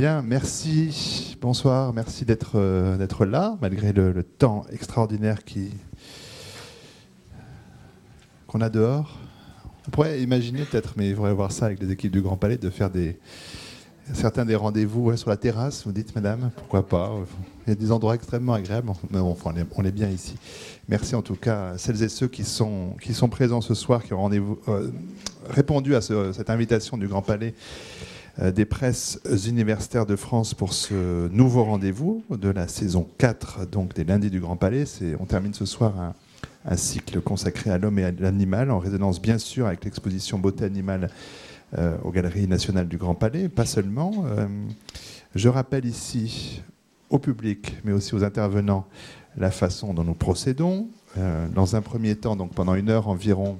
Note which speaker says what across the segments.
Speaker 1: Bien, merci. Bonsoir, merci d'être là, malgré le temps extraordinaire qu'on a dehors. On pourrait imaginer peut-être, mais il faudrait voir ça avec les équipes du Grand Palais, de faire certains des rendez-vous sur la terrasse. Vous dites, madame, pourquoi pas? Il y a des endroits extrêmement agréables, mais bon, enfin, on est bien ici. Merci en tout cas à celles et ceux qui sont présents ce soir, qui ont répondu à cette invitation du Grand Palais des presses universitaires de France pour ce nouveau rendez-vous de la saison 4, donc des lundis du Grand Palais. On termine ce soir un cycle consacré à l'homme et à l'animal, en résonance bien sûr avec l'exposition Beauté animale aux Galeries nationales du Grand Palais, pas seulement. Je rappelle ici au public, mais aussi aux intervenants, la façon dont nous procédons. Dans un premier temps, donc pendant une heure environ,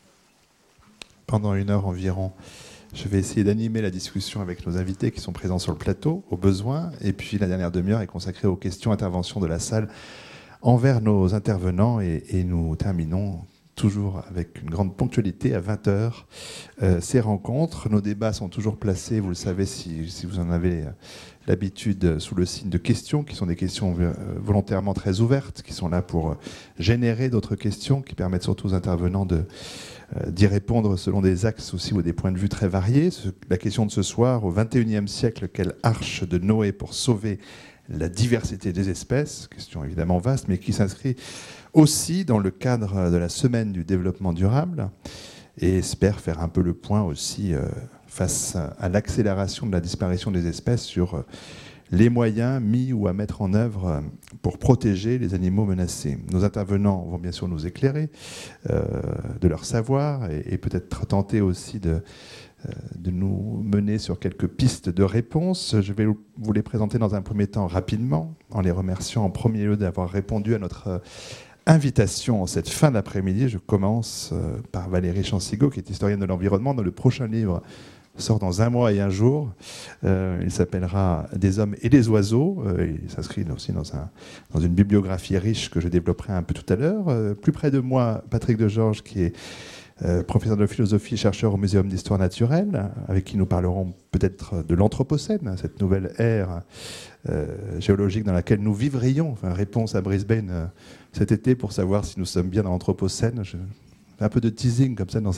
Speaker 1: je vais essayer d'animer la discussion avec nos invités qui sont présents sur le plateau, au besoin. Et puis la dernière demi-heure est consacrée aux questions-interventions de la salle envers nos intervenants. Et nous terminons toujours avec une grande ponctualité à 20h ces rencontres. Nos débats sont toujours placés, vous le savez si vous en avez l'habitude, sous le signe de questions, qui sont des questions volontairement très ouvertes, qui sont là pour générer d'autres questions, qui permettent surtout aux intervenants d'y répondre selon des axes aussi ou des points de vue très variés. La question de ce soir, au XXIe siècle, quelle arche de Noé pour sauver la diversité des espèces? Question évidemment vaste, mais qui s'inscrit aussi dans le cadre de la semaine du développement durable et espère faire un peu le point aussi face à l'accélération de la disparition des espèces sur les moyens mis ou à mettre en œuvre pour protéger les animaux menacés. Nos intervenants vont bien sûr nous éclairer de leur savoir et peut-être tenter aussi de nous mener sur quelques pistes de réponse. Je vais vous les présenter dans un premier temps rapidement, en les remerciant en premier lieu d'avoir répondu à notre invitation en cette fin d'après-midi. Je commence par Valérie Chansigo, qui est historienne de l'environnement, dont le prochain livre sort dans 1 mois et 1 jour. Il s'appellera Des hommes et des oiseaux. Il s'inscrit aussi dans une bibliographie riche que je développerai un peu tout à l'heure. Plus près de moi, Patrick Degeorges, qui est professeur de philosophie et chercheur au Muséum d'histoire naturelle, avec qui nous parlerons peut-être de l'Anthropocène, cette nouvelle ère géologique dans laquelle nous vivrions. Enfin, réponse à Brisbane cet été pour savoir si nous sommes bien dans l'Anthropocène. Je fais un peu de teasing comme ça dans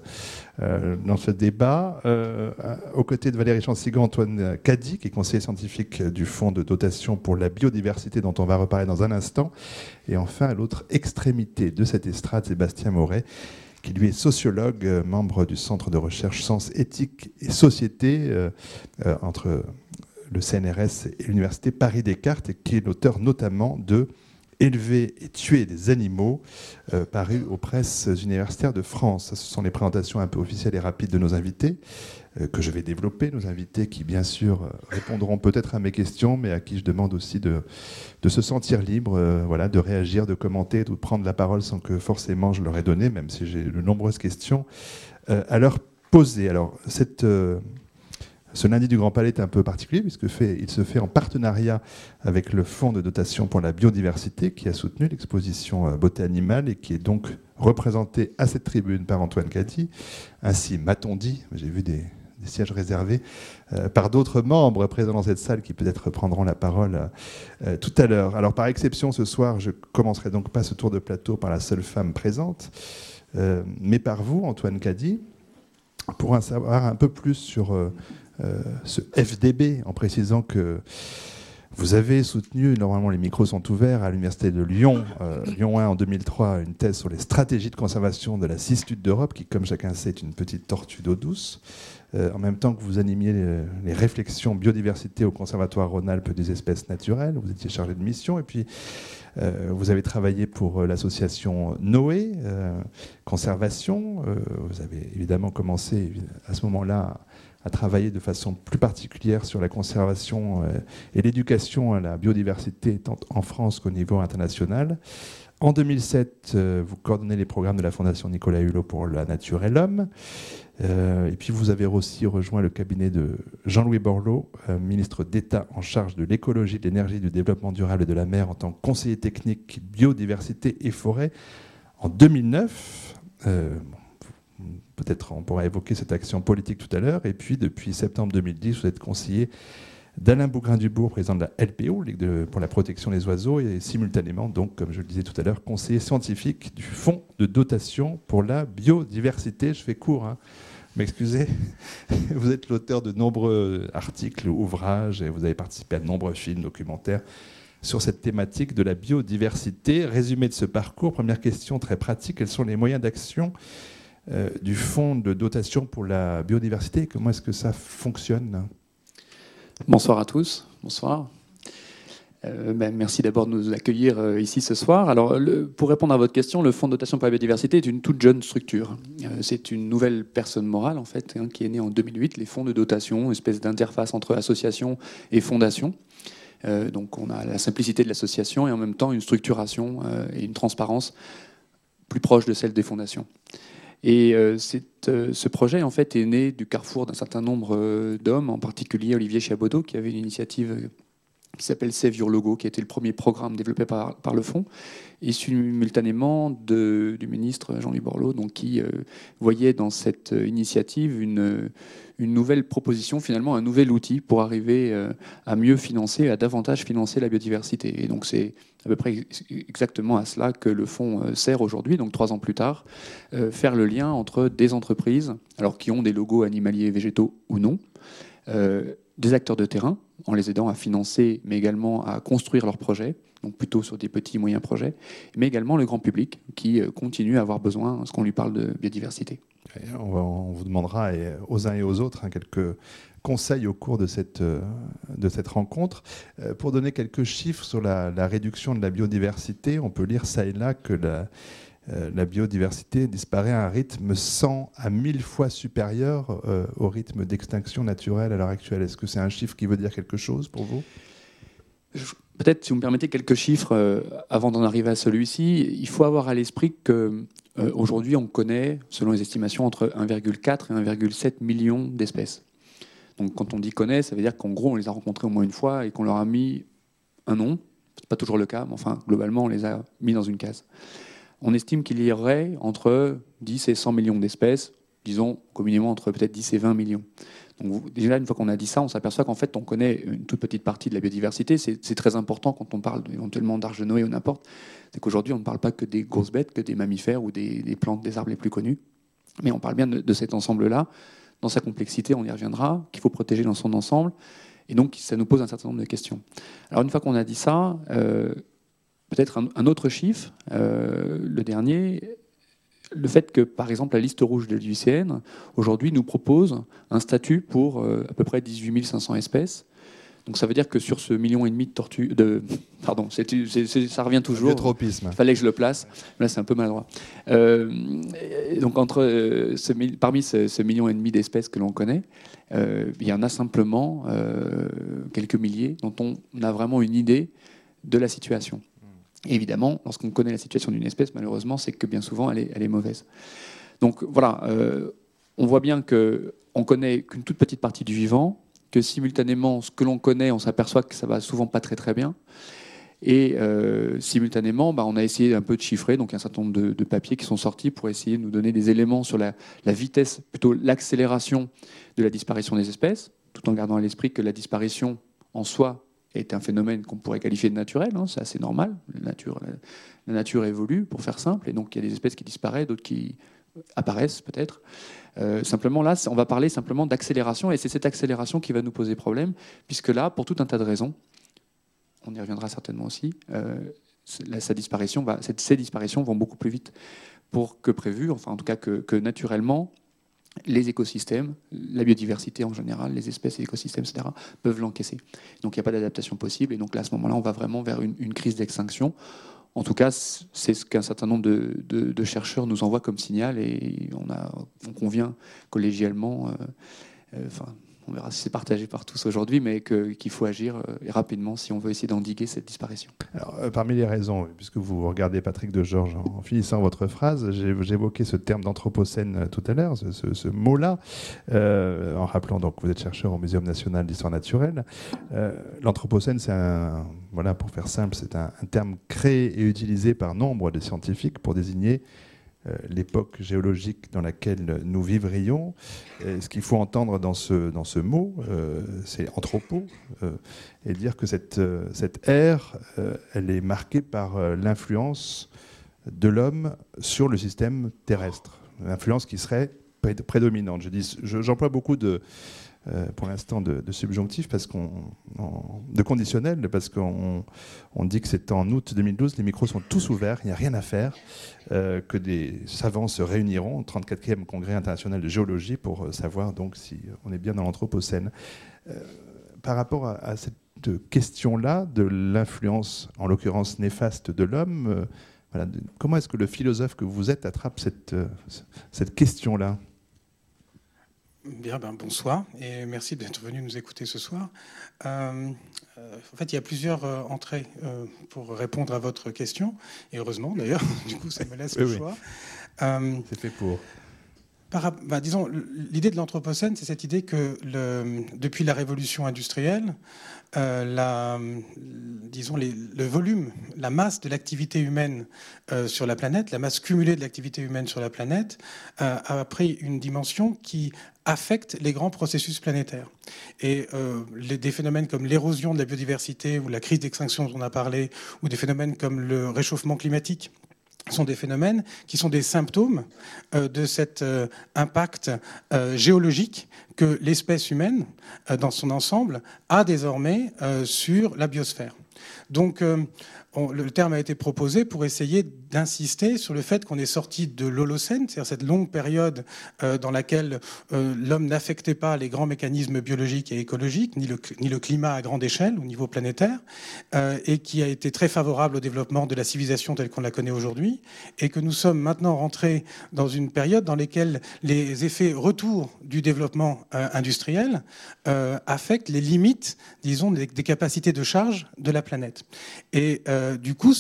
Speaker 1: ce débat. Aux côtés de Valérie Chansigan, Antoine Cady, qui est conseiller scientifique du Fonds de dotation pour la biodiversité, dont on va reparler dans un instant. Et enfin, à l'autre extrémité de cette estrade, Sébastien Moret, qui lui est sociologue, membre du Centre de recherche Sens, Éthique et Société entre le CNRS et l'Université Paris-Descartes, et qui est l'auteur notamment de Élever et tuer des animaux, paru aux presses universitaires de France. Ce sont les présentations un peu officielles et rapides de nos invités, que je vais développer. Nos invités qui, bien sûr, répondront peut-être à mes questions, mais à qui je demande aussi de se sentir libre, de réagir, de commenter, de prendre la parole sans que forcément je leur ai donné, même si j'ai de nombreuses questions à leur poser. Alors, ce lundi du Grand Palais est un peu particulier puisqu'il se fait en partenariat avec le Fonds de dotation pour la biodiversité qui a soutenu l'exposition Beauté animale et qui est donc représenté à cette tribune par Antoine Cady. Ainsi m'a-t-on dit, j'ai vu des sièges réservés, par d'autres membres présents dans cette salle qui peut-être prendront la parole tout à l'heure. Alors par exception, ce soir, je ne commencerai donc pas ce tour de plateau par la seule femme présente, mais par vous, Antoine Cady, pour en savoir un peu plus sur ce FDB, en précisant que vous avez soutenu, normalement les micros sont ouverts, à l'Université de Lyon, Lyon 1 en 2003, une thèse sur les stratégies de conservation de la cistude d'Europe, qui, comme chacun sait, est une petite tortue d'eau douce. En même temps que vous animiez les réflexions biodiversité au Conservatoire Rhône-Alpes des espèces naturelles, vous étiez chargé de mission, et puis vous avez travaillé pour l'association Noé, Conservation. Vous avez évidemment commencé à ce moment-là à travailler de façon plus particulière sur la conservation et l'éducation à la biodiversité, tant en France qu'au niveau international. En 2007, vous coordonnez les programmes de la Fondation Nicolas Hulot pour la nature et l'homme. Et puis vous avez aussi rejoint le cabinet de Jean-Louis Borloo, ministre d'État en charge de l'écologie, de l'énergie, du développement durable et de la mer en tant que conseiller technique biodiversité et forêt en 2009. Peut-être on pourra évoquer cette action politique tout à l'heure. Et puis depuis septembre 2010, vous êtes conseiller d'Alain Bougrain-Dubourg, président de la LPO, Ligue pour la protection des oiseaux, et simultanément, donc, comme je le disais tout à l'heure, conseiller scientifique du Fonds de dotation pour la biodiversité. Je fais court, hein. M'excusez. Vous êtes l'auteur de nombreux articles, ouvrages, et vous avez participé à de nombreux films, documentaires sur cette thématique de la biodiversité. Résumé de ce parcours, première question très pratique, quels sont les moyens d'action du Fonds de dotation pour la biodiversité? Comment est-ce que ça fonctionne?
Speaker 2: Bonsoir à tous. Bonsoir. Merci d'abord de nous accueillir ici ce soir. Alors, pour répondre à votre question, le Fonds de dotation pour la biodiversité est une toute jeune structure. C'est une nouvelle personne morale, en fait, qui est née en 2008. Les fonds de dotation, une espèce d'interface entre associations et fondations. Donc, on a la simplicité de l'association et en même temps une structuration et une transparence plus proche de celle des fondations. Et ce projet, en fait, est né du carrefour d'un certain nombre d'hommes, en particulier Olivier Chiabodo, qui avait une initiative qui s'appelle Save Your Logo, qui a été le premier programme développé par le fonds, et simultanément du ministre Jean-Louis Borloo, donc, qui voyait dans cette initiative une nouvelle proposition, finalement un nouvel outil pour arriver à mieux financer, à davantage financer la biodiversité. Et donc c'est à peu près exactement à cela que le fonds sert aujourd'hui, donc 3 ans plus tard, faire le lien entre des entreprises, alors qui ont des logos animaliers et végétaux ou non, des acteurs de terrain, en les aidant à financer, mais également à construire leurs projets, donc plutôt sur des petits et moyens projets, mais également le grand public qui continue à avoir besoin, lorsqu'on lui parle de biodiversité.
Speaker 1: On vous demandera aux uns et aux autres quelques conseils au cours de cette rencontre. Pour donner quelques chiffres sur la réduction de la biodiversité, on peut lire ça et là que la biodiversité disparaît à un rythme 100 à 1000 fois supérieur au rythme d'extinction naturelle à l'heure actuelle. Est-ce que c'est un chiffre qui veut dire quelque chose pour vous ?
Speaker 2: Peut-être, si vous me permettez, quelques chiffres avant d'en arriver à celui-ci. Il faut avoir à l'esprit qu'aujourd'hui, on connaît, selon les estimations, entre 1,4 et 1,7 million d'espèces. Donc quand on dit connaît, ça veut dire qu'en gros, on les a rencontrées au moins une fois et qu'on leur a mis un nom. Ce n'est pas toujours le cas, mais enfin, globalement, on les a mis dans une case. On estime qu'il y aurait entre 10 et 100 millions d'espèces, disons communément entre peut-être 10 et 20 millions. Donc déjà, une fois qu'on a dit ça, on s'aperçoit qu'en fait, on connaît une toute petite partie de la biodiversité. C'est très important quand on parle éventuellement d'Arche de Noé ou n'importe. C'est qu'aujourd'hui, on ne parle pas que des grosses bêtes, que des mammifères ou des plantes, des arbres les plus connus. Mais on parle bien de cet ensemble-là, dans sa complexité, on y reviendra, qu'il faut protéger dans son ensemble. Et donc, ça nous pose un certain nombre de questions. Alors, une fois qu'on a dit ça, peut-être un autre chiffre, le dernier, le fait que, par exemple, la liste rouge de l'IUCN, aujourd'hui, nous propose un statut pour à peu près 18 500 espèces. Donc ça veut dire que sur ce 1,5 million de tortues... Pardon, ça revient toujours.
Speaker 1: Le tropisme.
Speaker 2: Il fallait que je le place. Là, c'est un peu maladroit. Donc parmi ce 1,5 million d'espèces que l'on connaît, il y en a simplement quelques milliers dont on a vraiment une idée de la situation. Et évidemment, lorsqu'on connaît la situation d'une espèce, malheureusement, c'est que bien souvent, elle est mauvaise. Donc voilà, on voit bien qu'on connaît qu'une toute petite partie du vivant, que simultanément, ce que l'on connaît, on s'aperçoit que ça va souvent pas très très bien. Et simultanément, on a essayé un peu de chiffrer, donc il y a un certain nombre de papiers qui sont sortis pour essayer de nous donner des éléments sur la vitesse, plutôt l'accélération de la disparition des espèces, tout en gardant à l'esprit que la disparition en soi est un phénomène qu'on pourrait qualifier de naturel, hein, c'est assez normal, la nature évolue, pour faire simple, et donc il y a des espèces qui disparaissent, d'autres qui apparaissent peut-être. Simplement là, on va parler simplement d'accélération, et c'est cette accélération qui va nous poser problème, puisque là, pour tout un tas de raisons, on y reviendra certainement aussi, ces disparitions vont beaucoup plus vite que prévu, enfin en tout cas que naturellement, les écosystèmes, la biodiversité en général, les espèces et écosystèmes, etc., peuvent l'encaisser. Donc il n'y a pas d'adaptation possible, et donc là, à ce moment-là, on va vraiment vers une crise d'extinction. En tout cas, c'est ce qu'un certain nombre de chercheurs nous envoient comme signal, et on convient collégialement, on verra si c'est partagé par tous aujourd'hui, mais qu'il faut agir rapidement si on veut essayer d'endiguer cette disparition.
Speaker 1: Alors, parmi les raisons, puisque vous regardez Patrick Degeorges en finissant votre phrase, j'évoquais ce terme d'anthropocène tout à l'heure, ce mot-là, en rappelant donc que vous êtes chercheur au Muséum national d'histoire naturelle. L'anthropocène, pour faire simple, c'est un terme créé et utilisé par nombre de scientifiques pour désigner l'époque géologique dans laquelle nous vivrions. Et ce qu'il faut entendre dans ce mot, c'est anthropo, et dire que cette ère, elle est marquée par l'influence de l'homme sur le système terrestre, l'influence qui serait prédominante. J'emploie beaucoup pour l'instant de subjonctif, de conditionnel, parce qu'on dit que c'est en août 2012, les micros sont tous ouverts, il n'y a rien à faire, que des savants se réuniront au 34e congrès international de géologie pour savoir donc si on est bien dans l'Anthropocène. Par rapport à cette question-là, de l'influence, en l'occurrence néfaste de l'homme, voilà, comment est-ce que le philosophe que vous êtes attrape cette question-là ?
Speaker 3: Bien, bonsoir et merci d'être venu nous écouter ce soir. En fait, il y a plusieurs entrées pour répondre à votre question, et heureusement d'ailleurs, du coup ça me laisse le choix.
Speaker 1: C'est fait pour.
Speaker 3: Disons, l'idée de l'Anthropocène, c'est cette idée que depuis la révolution industrielle, le volume, la masse de l'activité humaine sur la planète, la masse cumulée de l'activité humaine sur la planète, a pris une dimension qui affecte les grands processus planétaires. Et des phénomènes comme l'érosion de la biodiversité ou la crise d'extinction dont on a parlé, ou des phénomènes comme le réchauffement climatique, sont des phénomènes qui sont des symptômes de cet impact géologique que l'espèce humaine, dans son ensemble, a désormais sur la biosphère. Donc, le terme a été proposé pour essayer d'insister sur le fait qu'on est sorti de l'Holocène, c'est-à-dire cette longue période dans laquelle l'homme n'affectait pas les grands mécanismes biologiques et écologiques, ni le climat à grande échelle, au niveau planétaire, et qui a été très favorable au développement de la civilisation telle qu'on la connaît aujourd'hui, et que nous sommes maintenant rentrés dans une période dans laquelle les effets retour du développement industriel affectent les limites, disons, des capacités de charge de la planète. Et du coup,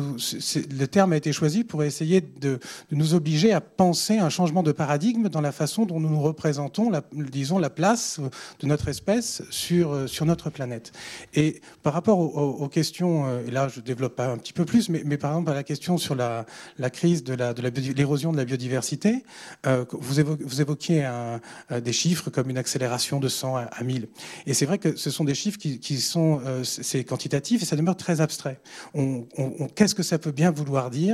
Speaker 3: le terme a été choisi pour essayer de nous obliger à penser un changement de paradigme dans la façon dont nous nous représentons, la place de notre espèce sur notre planète. Et par rapport aux questions, et là je développe pas un petit peu plus, mais par exemple à la question sur la crise de l'érosion de la biodiversité, vous évoquiez des chiffres comme une accélération de 100 à 1000. Et c'est vrai que ce sont des chiffres qui sont c'est quantitatif et ça demeure très abstrait. Qu'est-ce que ça peut bien vouloir dire ?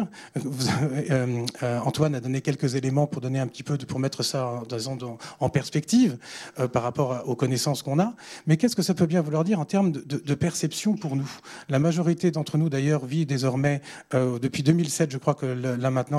Speaker 3: Antoine a donné quelques éléments pour donner un petit peu pour mettre ça en perspective par rapport aux connaissances qu'on a. Mais qu'est-ce que ça peut bien vouloir dire en termes de perception pour nous ? La majorité d'entre nous d'ailleurs vit désormais depuis 2007, je crois que là maintenant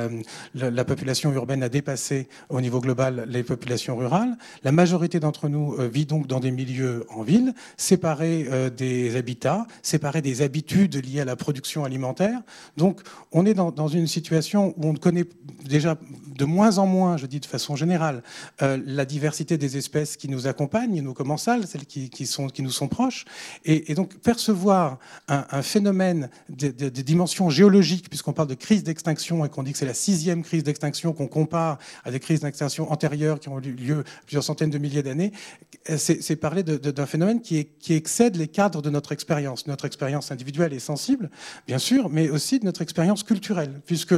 Speaker 3: la population urbaine a dépassé au niveau global les populations rurales. La majorité d'entre nous vit donc dans des milieux en ville, séparés des habitats, séparés des habitudes liées à la production alimentaire. Donc, on est dans une situation où on connaît déjà de moins en moins, je dis de façon générale, la diversité des espèces qui nous accompagnent, nos commensales, celles qui nous sont proches. Et donc, percevoir un phénomène de dimension géologique, puisqu'on parle de crise d'extinction et qu'on dit que c'est la 6e crise d'extinction qu'on compare à des crises d'extinction antérieures qui ont eu lieu plusieurs centaines de milliers d'années, c'est parler d'un phénomène qui excède les cadres de notre expérience. Notre expérience individuelle est sensible, bien sûr, mais aussi de notre expérience culturelle, puisque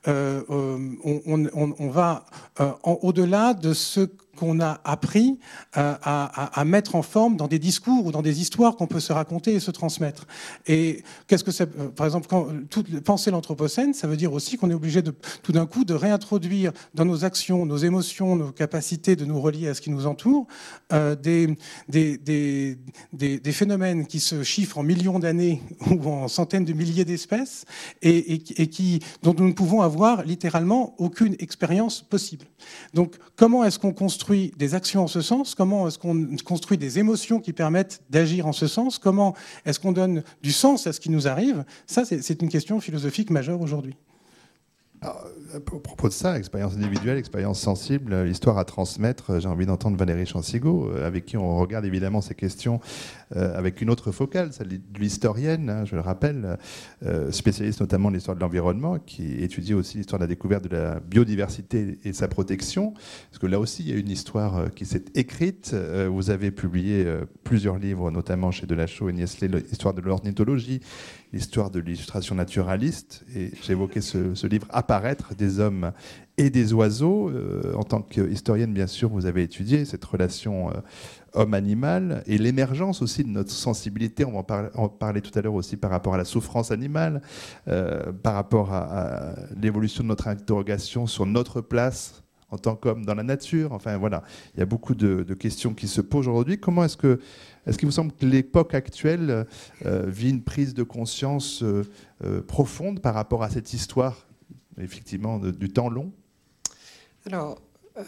Speaker 3: on va au-delà de ce qu'on a appris à mettre en forme dans des discours ou dans des histoires qu'on peut se raconter et se transmettre. Et qu'est-ce que ça, par exemple, penser l'Anthropocène, ça veut dire aussi qu'on est obligé tout d'un coup de réintroduire dans nos actions, nos émotions, nos capacités de nous relier à ce qui nous entoure, des phénomènes qui se chiffrent en millions d'années ou en centaines de milliers d'espèces et dont nous ne pouvons avoir littéralement aucune expérience possible. Donc, comment est-ce qu'on construit des actions en ce sens ? Comment est-ce qu'on construit des émotions qui permettent d'agir en ce sens ? Comment est-ce qu'on donne du sens à ce qui nous arrive ? Ça, c'est une question philosophique majeure aujourd'hui.
Speaker 1: Alors, à propos de ça, expérience individuelle, expérience sensible, l'histoire à transmettre, j'ai envie d'entendre Valérie Chansigo, avec qui on regarde évidemment ces questions avec une autre focale, celle de l'historienne, hein, je le rappelle, spécialiste notamment de l'histoire de l'environnement, qui étudie aussi l'histoire de la découverte de la biodiversité et sa protection, parce que là aussi il y a une histoire qui s'est écrite. Vous avez publié plusieurs livres, notamment chez Delachaux et Niestlé, l'histoire de l'ornithologie, l'histoire de l'illustration naturaliste. Et j'évoquais ce livre « Apparaître des hommes et des oiseaux ». En tant qu'historienne, bien sûr, vous avez étudié cette relation homme-animal et l'émergence aussi de notre sensibilité. On va en parler tout à l'heure aussi par rapport à la souffrance animale, par rapport à l'évolution de notre interrogation sur notre place en tant qu'homme dans la nature. Enfin voilà, il y a beaucoup de questions qui se posent aujourd'hui. Comment est-ce qu'il vous semble que l'époque actuelle vit une prise de conscience profonde par rapport à cette histoire, effectivement, du temps long?
Speaker 4: Alors,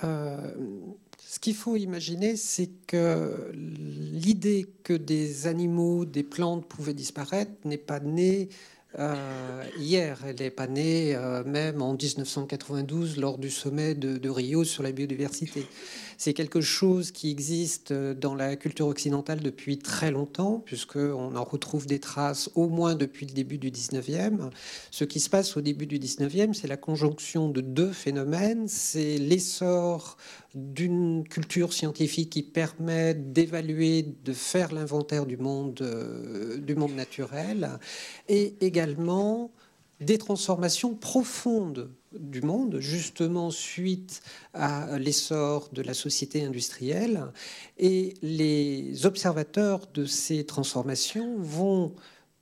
Speaker 4: ce qu'il faut imaginer, c'est que l'idée que des animaux, des plantes pouvaient disparaître n'est pas née hier. Elle n'est pas née même en 1992 lors du sommet de Rio sur la biodiversité. C'est quelque chose qui existe dans la culture occidentale depuis très longtemps, puisqu'on en retrouve des traces au moins depuis le début du 19e. Ce qui se passe au début du 19e, c'est la conjonction de deux phénomènes. C'est l'essor d'une culture scientifique qui permet d'évaluer, de faire l'inventaire du monde naturel, et également des transformations profondes du monde, justement suite à l'essor de la société industrielle. Et les observateurs de ces transformations vont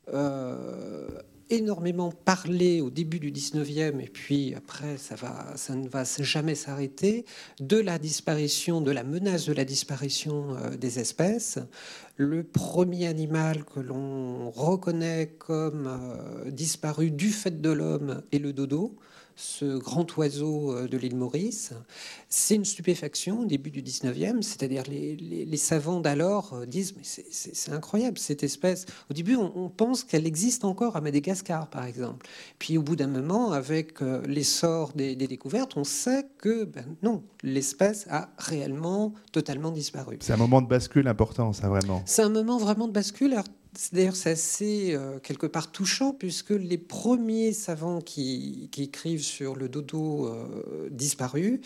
Speaker 4: énormément parler au début du 19e, et puis après ça ne va jamais s'arrêter, de la disparition, de la menace de la disparition des espèces. Le premier animal que l'on reconnaît comme disparu du fait de l'homme est le dodo, ce grand oiseau de l'île Maurice. C'est une stupéfaction au début du 19e, c'est-à-dire les savants d'alors disent mais c'est incroyable cette espèce. Au début, on pense qu'elle existe encore à Madagascar, par exemple. Puis au bout d'un moment, avec l'essor des découvertes, on sait que non, l'espèce a réellement totalement disparu.
Speaker 1: C'est un moment de bascule important, ça, vraiment.
Speaker 4: C'est un moment vraiment de bascule. Alors, d'ailleurs, c'est assez quelque part touchant, puisque les premiers savants qui écrivent sur le dodo disparu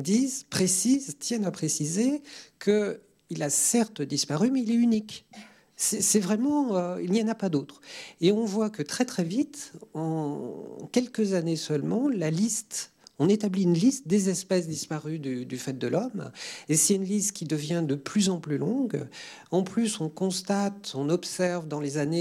Speaker 4: tiennent à préciser qu'il a certes disparu, mais il est unique. C'est vraiment, il n'y en a pas d'autre. Et on voit que très très vite, en quelques années seulement, on établit une liste des espèces disparues du fait de l'homme, et c'est une liste qui devient de plus en plus longue. En plus, on observe dans les années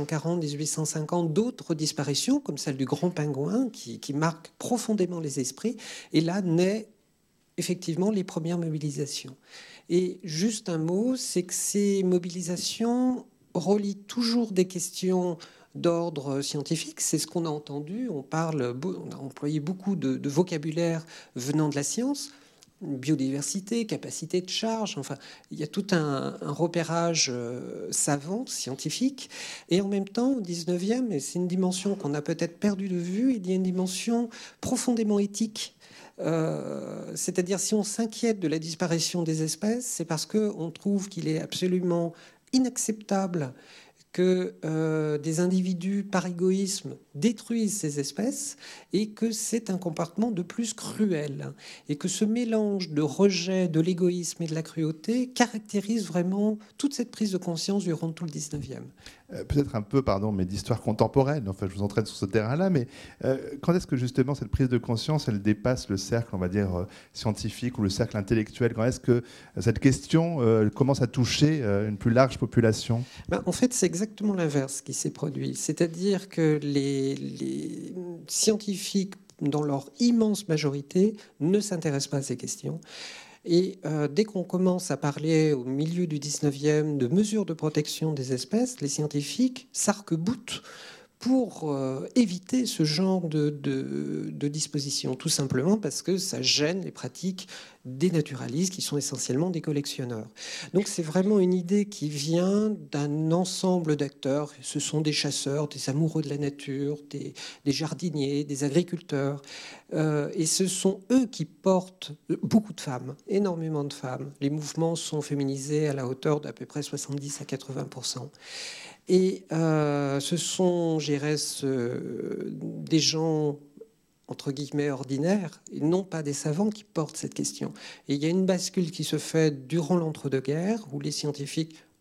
Speaker 4: 1840-1850 d'autres disparitions, comme celle du grand pingouin, qui marque profondément les esprits, et là naît effectivement les premières mobilisations. Et juste un mot, c'est que ces mobilisations relient toujours des questions d'ordre scientifique. C'est ce qu'on a entendu. On a employé beaucoup de vocabulaire venant de la science. Biodiversité, capacité de charge, enfin, il y a tout un repérage savant, scientifique. Et en même temps, au 19e, et c'est une dimension qu'on a peut-être perdue de vue, il y a une dimension profondément éthique. C'est-à-dire, si on s'inquiète de la disparition des espèces, c'est parce qu'on trouve qu'il est absolument inacceptable que des individus, par égoïsme, détruisent ces espèces, et que c'est un comportement de plus cruel. Et que ce mélange de rejet, de l'égoïsme et de la cruauté caractérise vraiment toute cette prise de conscience durant tout le 19e.
Speaker 1: Peut-être un peu, mais d'histoire contemporaine. Enfin, je vous entraîne sur ce terrain-là, mais quand est-ce que justement cette prise de conscience, elle dépasse le cercle, on va dire, scientifique ou le cercle intellectuel? Quand est-ce que cette question commence à toucher une plus large population?
Speaker 4: En fait, c'est exactement l'inverse qui s'est produit. C'est-à-dire que les scientifiques, dans leur immense majorité, ne s'intéressent pas à ces questions. Et dès qu'on commence à parler au milieu du 19e de mesures de protection des espèces, les scientifiques s'arc-boutent pour éviter ce genre de dispositions, tout simplement parce que ça gêne les pratiques des naturalistes qui sont essentiellement des collectionneurs. Donc c'est vraiment une idée qui vient d'un ensemble d'acteurs. Ce sont des chasseurs, des amoureux de la nature, des jardiniers, des agriculteurs. Et ce sont eux qui portent beaucoup de femmes, énormément de femmes. Les mouvements sont féminisés à la hauteur d'à peu près 70 à 80%. Et ce sont, je dirais, des gens, entre guillemets, ordinaires, et non pas des savants qui portent cette question. Et il y a une bascule qui se fait durant l'entre-deux-guerres, où les scientifiques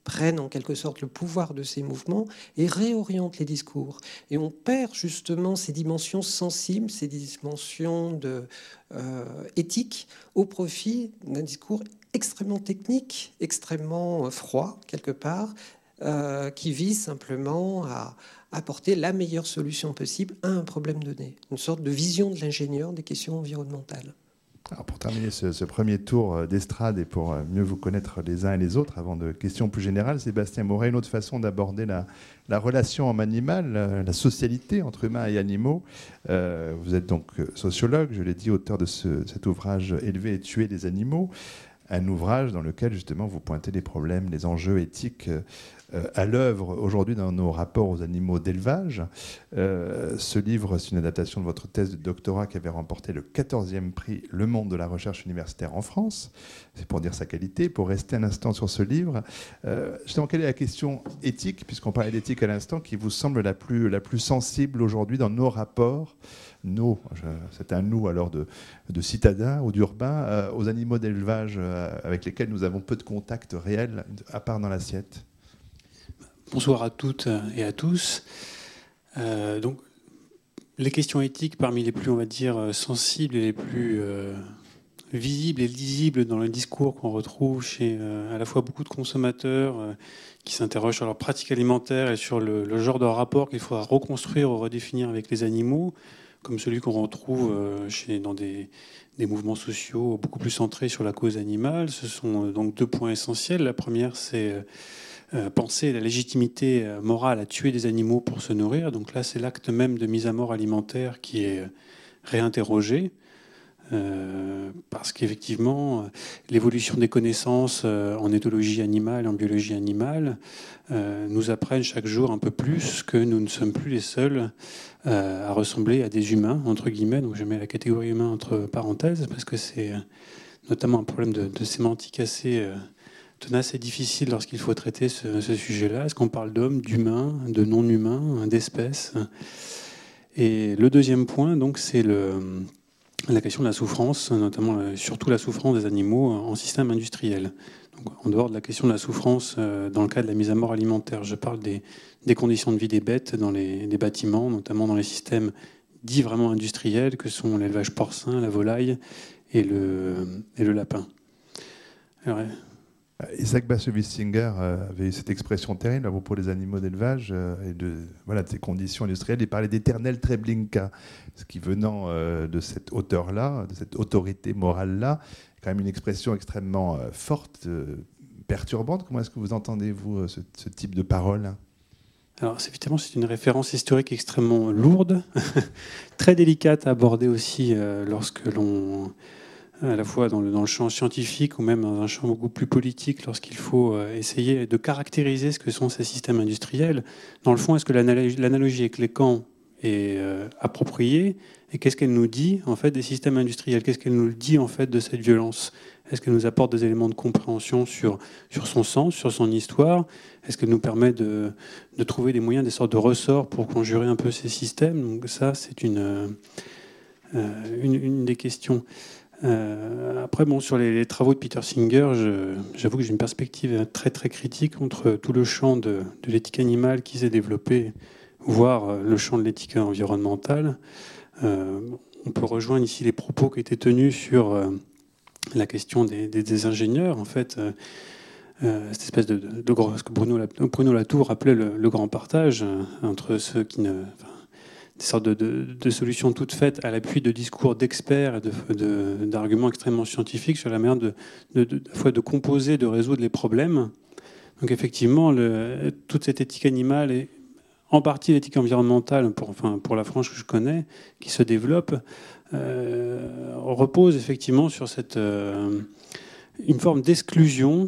Speaker 4: prennent en quelque sorte le pouvoir de ces mouvements et réorientent les discours. Et on perd justement ces dimensions sensibles, ces dimensions éthiques au profit d'un discours extrêmement technique, extrêmement froid quelque part, qui vise simplement à apporter la meilleure solution possible à un problème donné. Une sorte de vision de l'ingénieur des questions environnementales.
Speaker 1: Alors pour terminer ce premier tour d'estrade et pour mieux vous connaître les uns et les autres, avant de questions plus générales, Sébastien Moret, une autre façon d'aborder la relation homme-animal, la socialité entre humains et animaux. Vous êtes donc sociologue, je l'ai dit, auteur de cet ouvrage « Élever et tuer les animaux », un ouvrage dans lequel justement vous pointez les problèmes, les enjeux éthiques à l'œuvre aujourd'hui dans nos rapports aux animaux d'élevage. Ce livre, c'est une adaptation de votre thèse de doctorat qui avait remporté le 14e prix Le Monde de la recherche universitaire en France. C'est pour dire sa qualité. Pour rester un instant sur ce livre, justement, quelle est la question éthique, puisqu'on parlait d'éthique à l'instant, qui vous semble la plus sensible aujourd'hui dans nos rapports, c'est un nous alors de citadins ou d'urbains, aux animaux d'élevage avec lesquels nous avons peu de contact réel, à part dans l'assiette?
Speaker 5: Bonsoir à toutes et à tous. Donc, les questions éthiques parmi les plus, on va dire, sensibles et les plus visibles et lisibles dans le discours qu'on retrouve chez à la fois beaucoup de consommateurs qui s'interrogent sur leur pratique alimentaire et sur le genre de rapport qu'il faudra reconstruire ou redéfinir avec les animaux, comme celui qu'on retrouve dans des mouvements sociaux beaucoup plus centrés sur la cause animale. Ce sont donc deux points essentiels. La première, c'est penser la légitimité morale à tuer des animaux pour se nourrir. Donc là, c'est l'acte même de mise à mort alimentaire qui est réinterrogé. Parce qu'effectivement, l'évolution des connaissances en éthologie animale, en biologie animale, nous apprennent chaque jour un peu plus que nous ne sommes plus les seuls à ressembler à des humains, entre guillemets. Donc je mets la catégorie humain entre parenthèses, parce que c'est notamment un problème de sémantique assez tenace et difficile lorsqu'il faut traiter ce sujet-là. Est-ce qu'on parle d'hommes, d'humains, de non-humains, d'espèces? Et le deuxième point, donc, c'est la question de la souffrance, notamment surtout la souffrance des animaux en système industriel. Donc, en dehors de la question de la souffrance dans le cadre de la mise à mort alimentaire, je parle des conditions de vie des bêtes dans les bâtiments, notamment dans les systèmes dits vraiment industriels, que sont l'élevage porcin, la volaille et le lapin. Alors,
Speaker 1: Isaac Bashevis-Singer avait eu cette expression terrible à propos des animaux d'élevage et de ces conditions industrielles. Il parlait d'éternel Treblinka, ce qui venant de cette hauteur-là, de cette autorité morale-là, est quand même une expression extrêmement forte, perturbante. Comment est-ce que vous entendez, vous, ce type de parole?
Speaker 5: Alors, évidemment, c'est une référence historique extrêmement lourde, très délicate à aborder aussi lorsque l'on... à la fois dans le champ scientifique ou même dans un champ beaucoup plus politique, lorsqu'il faut essayer de caractériser ce que sont ces systèmes industriels. Dans le fond, est-ce que l'analogie avec les camps est appropriée? Et qu'est-ce qu'elle nous dit en fait des systèmes industriels? Qu'est-ce qu'elle nous dit en fait de cette violence? Est-ce qu'elle nous apporte des éléments de compréhension sur son sens, sur son histoire? Est-ce qu'elle nous permet de trouver des moyens, des sortes de ressorts pour conjurer un peu ces systèmes? Donc ça, c'est une des questions. Après, sur les travaux de Peter Singer, j'avoue que j'ai une perspective très très critique entre tout le champ de l'éthique animale qui s'est développé, voire le champ de l'éthique environnementale. On peut rejoindre ici les propos qui étaient tenus sur la question des ingénieurs. En fait, cette espèce de ce que Bruno Latour appelait le grand partage entre ceux qui ne... des sortes de solutions toutes faites à l'appui de discours d'experts et d'arguments extrêmement scientifiques sur la manière de composer, de résoudre les problèmes. Donc effectivement, toute cette éthique animale et en partie l'éthique environnementale, pour la frange que je connais, qui se développe, repose effectivement sur une forme d'exclusion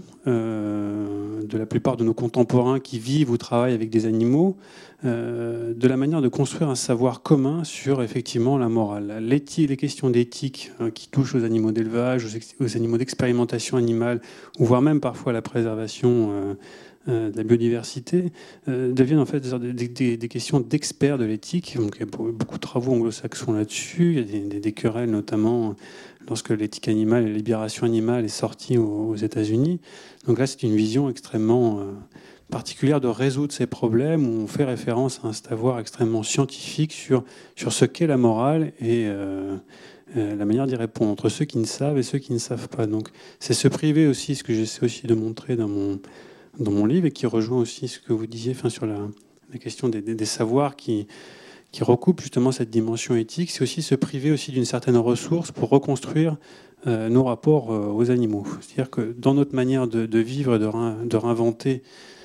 Speaker 5: de la plupart de nos contemporains qui vivent ou travaillent avec des animaux, de la manière de construire un savoir commun sur effectivement la morale. Les questions d'éthique qui touchent aux animaux d'élevage, aux animaux d'expérimentation animale, ou voire même parfois à la préservation de la biodiversité deviennent en fait des questions d'experts de l'éthique. Donc, il y a beaucoup de travaux anglo-saxons là-dessus. Il y a des querelles, notamment lorsque l'éthique animale et la libération animale est sortie aux États-Unis. Donc là, c'est une vision extrêmement particulière de résoudre ces problèmes, où on fait référence à un savoir extrêmement scientifique sur ce qu'est la morale et la manière d'y répondre entre ceux qui ne savent et ceux qui ne savent pas. Donc c'est se priver aussi, ce que j'essaie aussi de montrer dans mon livre, et qui rejoint aussi ce que vous disiez sur la question des savoirs qui recoupent justement cette dimension éthique. C'est aussi se priver aussi d'une certaine ressource pour reconstruire nos rapports aux animaux. C'est-à-dire que dans notre manière de vivre et de réinventer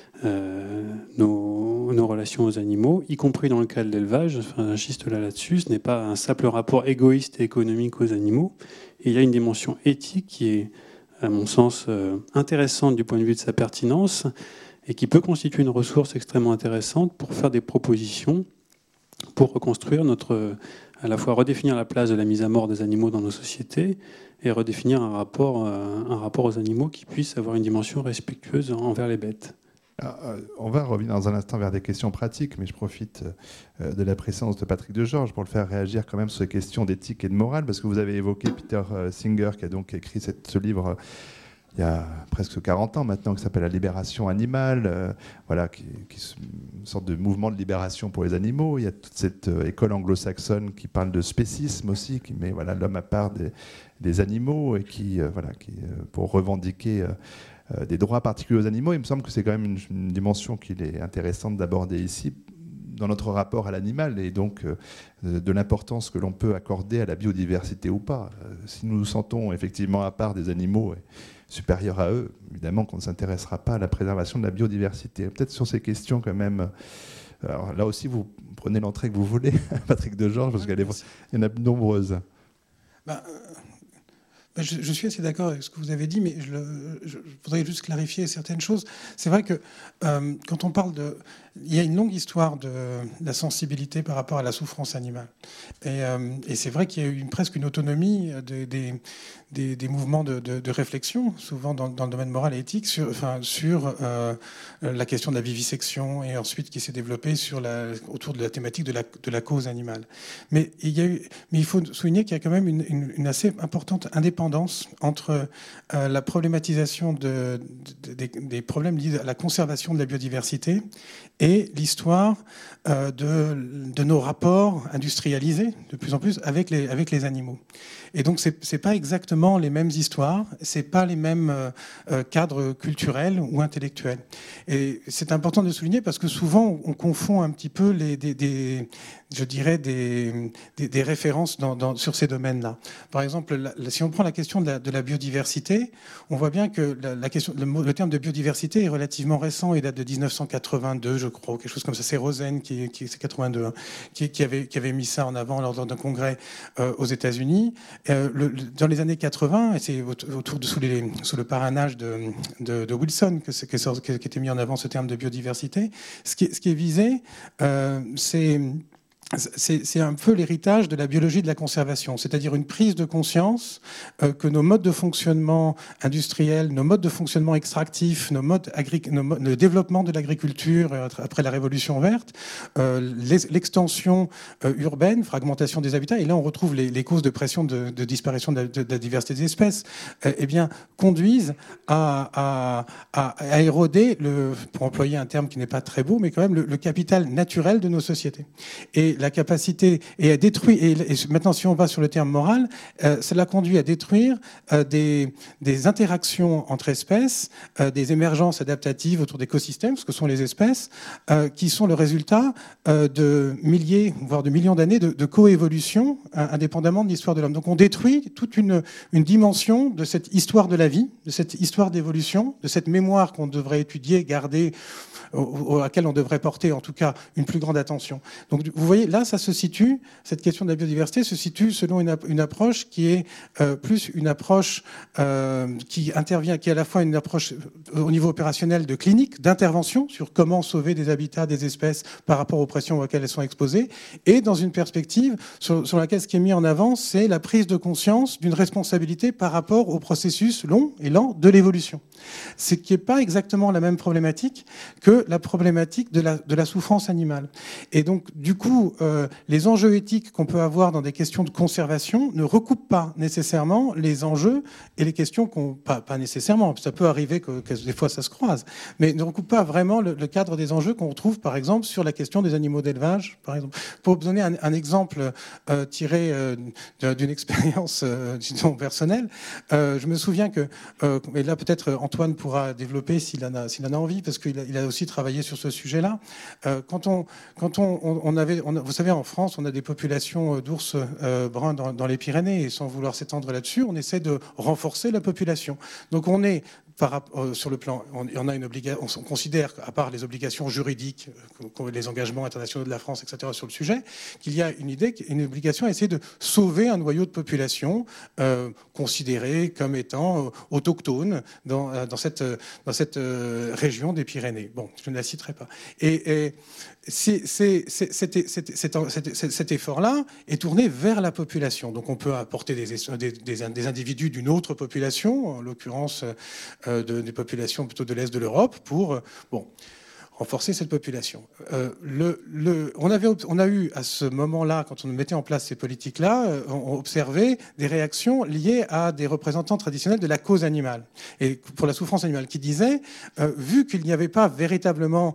Speaker 5: nos relations aux animaux, y compris dans le cas de l'élevage, j'insiste là-dessus, ce n'est pas un simple rapport égoïste et économique aux animaux. Et il y a une dimension éthique qui est, à mon sens, intéressante du point de vue de sa pertinence et qui peut constituer une ressource extrêmement intéressante pour faire des propositions, pour reconstruire à la fois redéfinir la place de la mise à mort des animaux dans nos sociétés et redéfinir un rapport aux animaux qui puisse avoir une dimension respectueuse envers les bêtes.
Speaker 1: On va revenir dans un instant vers des questions pratiques, mais je profite de la présence de Patrick Degeorges pour le faire réagir quand même sur les questions d'éthique et de morale, parce que vous avez évoqué Peter Singer, qui a donc écrit ce livre il y a presque 40 ans maintenant, qui s'appelle La libération animale, qui est une sorte de mouvement de libération pour les animaux. Il y a toute cette école anglo-saxonne qui parle de spécisme aussi, qui met l'homme à part des animaux et qui pour revendiquer des droits particuliers aux animaux. Il me semble que c'est quand même une dimension qu'il est intéressante d'aborder ici, dans notre rapport à l'animal, et donc de l'importance que l'on peut accorder à la biodiversité ou pas. Si nous nous sentons effectivement à part des animaux et supérieurs à eux, évidemment qu'on ne s'intéressera pas à la préservation de la biodiversité. Peut-être sur ces questions quand même. Alors là aussi, vous prenez l'entrée que vous voulez, Patrick Degeorges, parce qu'il y en a nombreuses.
Speaker 3: Je suis assez d'accord avec ce que vous avez dit, mais je voudrais juste clarifier certaines choses. C'est vrai que quand on parle il y a une longue histoire de la sensibilité par rapport à la souffrance animale. Et c'est vrai qu'il y a eu presque une autonomie des mouvements de réflexion, souvent dans le domaine moral et éthique, sur la question de la vivisection, et ensuite qui s'est développée autour de la thématique de la cause animale. Mais il faut souligner qu'il y a quand même une assez importante indépendance entre la problématisation des problèmes liés à la conservation de la biodiversité et l'histoire de nos rapports industrialisés de plus en plus avec les animaux. Et donc c'est pas exactement les mêmes histoires, c'est pas les mêmes cadres culturels ou intellectuels. Et c'est important de souligner parce que souvent on confond un petit peu des références sur ces domaines-là. Par exemple, si on prend la question de la biodiversité, on voit bien que le terme de biodiversité est relativement récent, il date de 1982, je crois, quelque chose comme ça. C'est Rosen c'est 82, hein, qui avait mis ça en avant lors d'un congrès aux États-Unis. Dans les années 80, et c'est sous le parrainage de Wilson qui était mis en avant ce terme de biodiversité, ce qui est visé, c'est un peu l'héritage de la biologie de la conservation, c'est-à-dire une prise de conscience que nos modes de fonctionnement industriels, nos modes de fonctionnement extractifs, le développement de l'agriculture après la Révolution verte, l'extension urbaine, fragmentation des habitats, et là on retrouve les causes de pression de disparition de la diversité des espèces, conduisent à éroder, pour employer un terme qui n'est pas très beau, mais quand même le capital naturel de nos sociétés. Et la capacité et à détruire. Et maintenant, si on va sur le terme moral, cela conduit à détruire des interactions entre espèces, des émergences adaptatives autour d'écosystèmes, ce que sont les espèces, qui sont le résultat de milliers, voire de millions d'années de coévolution, indépendamment de l'histoire de l'homme. Donc, on détruit toute une dimension de cette histoire de la vie, de cette histoire d'évolution, de cette mémoire qu'on devrait étudier, garder, à laquelle on devrait porter en tout cas une plus grande attention. Donc vous voyez, là, ça se situe, cette question de la biodiversité se situe selon une approche qui est plus une approche qui intervient, qui est à la fois une approche au niveau opérationnel de clinique, d'intervention sur comment sauver des habitats, des espèces par rapport aux pressions auxquelles elles sont exposées, et dans une perspective sur laquelle ce qui est mis en avant, c'est la prise de conscience d'une responsabilité par rapport au processus long et lent de l'évolution. Ce qui n'est pas exactement la même problématique que la problématique de la souffrance animale. Et donc, du coup, les enjeux éthiques qu'on peut avoir dans des questions de conservation ne recoupent pas nécessairement les enjeux et les questions pas nécessairement, ça peut arriver que des fois ça se croise, mais ne recoupent pas vraiment le cadre des enjeux qu'on retrouve, par exemple, sur la question des animaux d'élevage, par exemple. Pour vous donner un exemple tiré d'une expérience disons, personnelle, je me souviens que, et là peut-être Antoine pourra développer s'il en a envie, parce qu'il a aussi travaillé sur ce sujet-là. Quand on avait, vous savez, en France, on a des populations d'ours bruns dans les Pyrénées, et sans vouloir s'étendre là-dessus, on essaie de renforcer la population. Donc on est sur le plan, on a une obligation, on considère, à part les obligations juridiques, les engagements internationaux de la France, etc., sur le sujet, qu'il y a une obligation à essayer de sauver un noyau de population considéré comme étant autochtone dans cette région des Pyrénées. Bon, je ne la citerai pas. Et cet effort-là est tourné vers la population. Donc on peut apporter des individus d'une autre population, en l'occurrence des populations plutôt de l'Est de l'Europe, pour renforcer cette population. On a eu à ce moment-là, quand on mettait en place ces politiques-là, on observait des réactions liées à des représentants traditionnels de la cause animale et pour la souffrance animale, qui disaient, vu qu'il n'y avait pas véritablement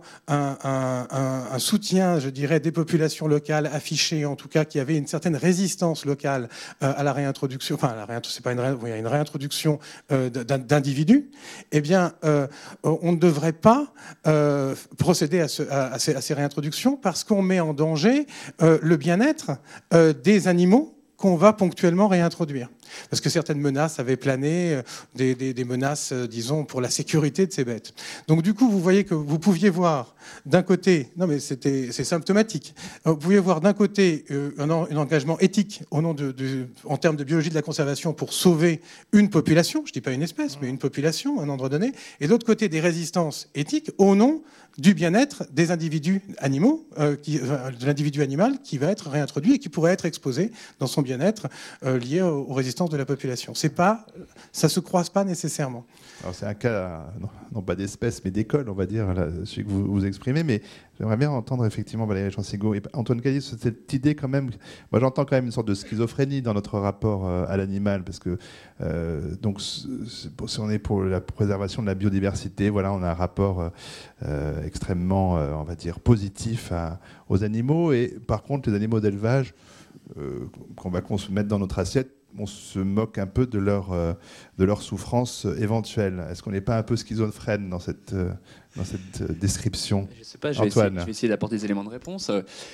Speaker 3: un soutien, je dirais, des populations locales affiché, en tout cas, qui avait une certaine résistance locale à la réintroduction, enfin, c'est pas une réintroduction d'individus, eh bien, on ne devrait pas procéder à ces réintroductions parce qu'on met en danger le bien-être des animaux qu'on va ponctuellement réintroduire. Parce que certaines menaces avaient plané, des menaces, disons, pour la sécurité de ces bêtes. Donc du coup, vous voyez que vous pouviez voir d'un côté, non mais c'est symptomatique, vous pouviez voir d'un côté un engagement éthique en termes de biologie de la conservation pour sauver une population, je ne dis pas une espèce, mais une population, à un endroit donné, et de l'autre côté des résistances éthiques au nom du bien-être des individus animaux, de l'individu animal qui va être réintroduit et qui pourrait être exposé dans son bien-être lié aux résistances de la population. Ça se croise pas nécessairement.
Speaker 1: Alors c'est un cas, non pas d'espèce, mais d'école, on va dire, là, celui que vous exprimez, mais j'aimerais bien entendre effectivement Valérie Chancigau et Antoine Cadiz sur cette idée quand même. Moi j'entends quand même une sorte de schizophrénie dans notre rapport à l'animal, parce que donc si on est pour la préservation de la biodiversité, voilà, on a un rapport extrêmement, on va dire, positif aux animaux, et par contre les animaux d'élevage qu'on va mettre dans notre assiette, on se moque un peu de leur souffrance éventuelle. Est-ce qu'on n'est pas un peu schizophrène dans cette description?
Speaker 2: Je ne sais pas, je vais essayer d'apporter des éléments de réponse.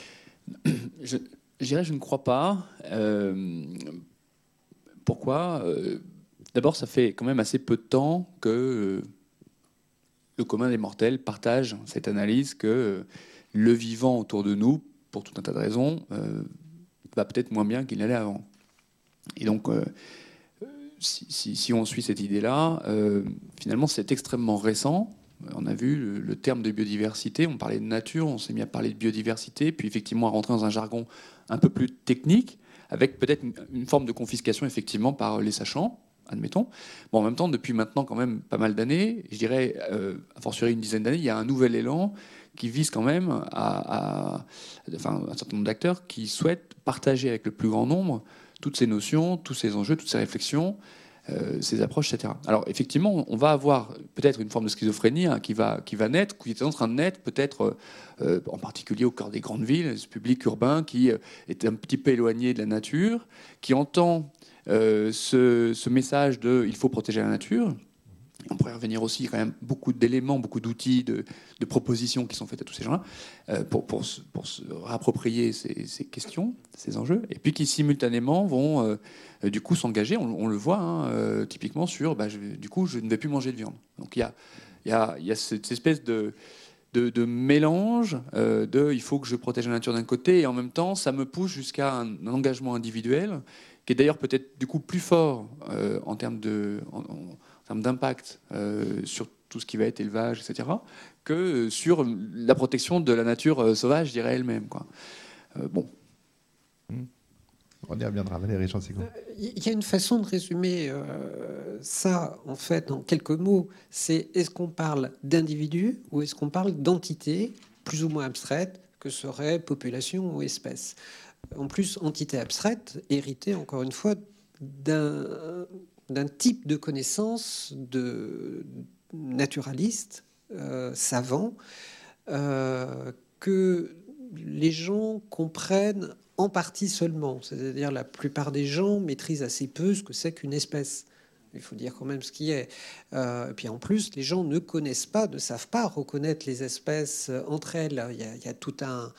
Speaker 2: Je dirais, je ne crois pas. Pourquoi? D'abord, ça fait quand même assez peu de temps que le commun des mortels partage cette analyse que le vivant autour de nous, pour tout un tas de raisons, va peut-être moins bien qu'il n'allait avant. Et donc, si on suit cette idée-là, finalement, c'est extrêmement récent. On a vu le terme de biodiversité, on parlait de nature, on s'est mis à parler de biodiversité, puis effectivement à rentrer dans un jargon un peu plus technique, avec peut-être une forme de confiscation, effectivement, par les sachants, admettons. Bon, en même temps, depuis maintenant quand même pas mal d'années, je dirais, a fortiori une dizaine d'années, il y a un nouvel élan qui vise quand même un certain nombre d'acteurs qui souhaitent partager avec le plus grand nombre toutes ces notions, tous ces enjeux, toutes ces réflexions, ces approches, etc. Alors effectivement, on va avoir peut-être une forme de schizophrénie qui va naître, qui est en train de naître, peut-être en particulier au cœur des grandes villes, ce public urbain qui est un petit peu éloigné de la nature, qui entend ce message de « il faut protéger la nature ». On pourrait revenir aussi quand même beaucoup d'éléments, beaucoup d'outils, de propositions qui sont faites à tous ces gens-là pour se réapproprier ces questions, ces enjeux, et puis qui simultanément vont du coup s'engager. On le voit typiquement sur du coup je ne vais plus manger de viande. Donc il y a cette espèce de de mélange, il faut que je protège la nature d'un côté, et en même temps, ça me pousse jusqu'à un engagement individuel, qui est d'ailleurs peut-être du coup plus fort en termes d'impact sur tout ce qui va être élevage, etc., que sur la protection de la nature sauvage, je dirais, elle-même, quoi. Bon.
Speaker 1: On y reviendra. Valérie Chansico.
Speaker 4: Il y a une façon de résumer ça, en fait, en quelques mots. C'est est-ce qu'on parle d'individus ou est-ce qu'on parle d'entités plus ou moins abstraites que seraient population ou espèce. En plus, entité abstraite, héritée, encore une fois, d'un type de connaissance de naturaliste, savant, que les gens comprennent en partie seulement. C'est-à-dire la plupart des gens maîtrisent assez peu ce que c'est qu'une espèce. Il faut dire quand même ce qui est. Et puis en plus, les gens ne connaissent pas, ne savent pas reconnaître les espèces entre elles. Il y a tout un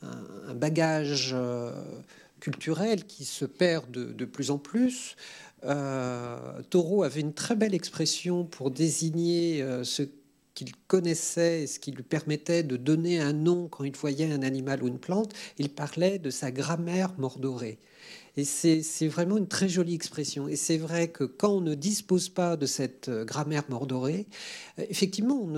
Speaker 4: bagage culturel qui se perd de plus en plus. Thoreau avait une très belle expression pour désigner ce qu'il connaissait et ce qui lui permettait de donner un nom quand il voyait un animal ou une plante. Il parlait de sa grammaire mordorée. Et c'est vraiment une très jolie expression. Et c'est vrai que quand on ne dispose pas de cette grammaire mordorée, effectivement, on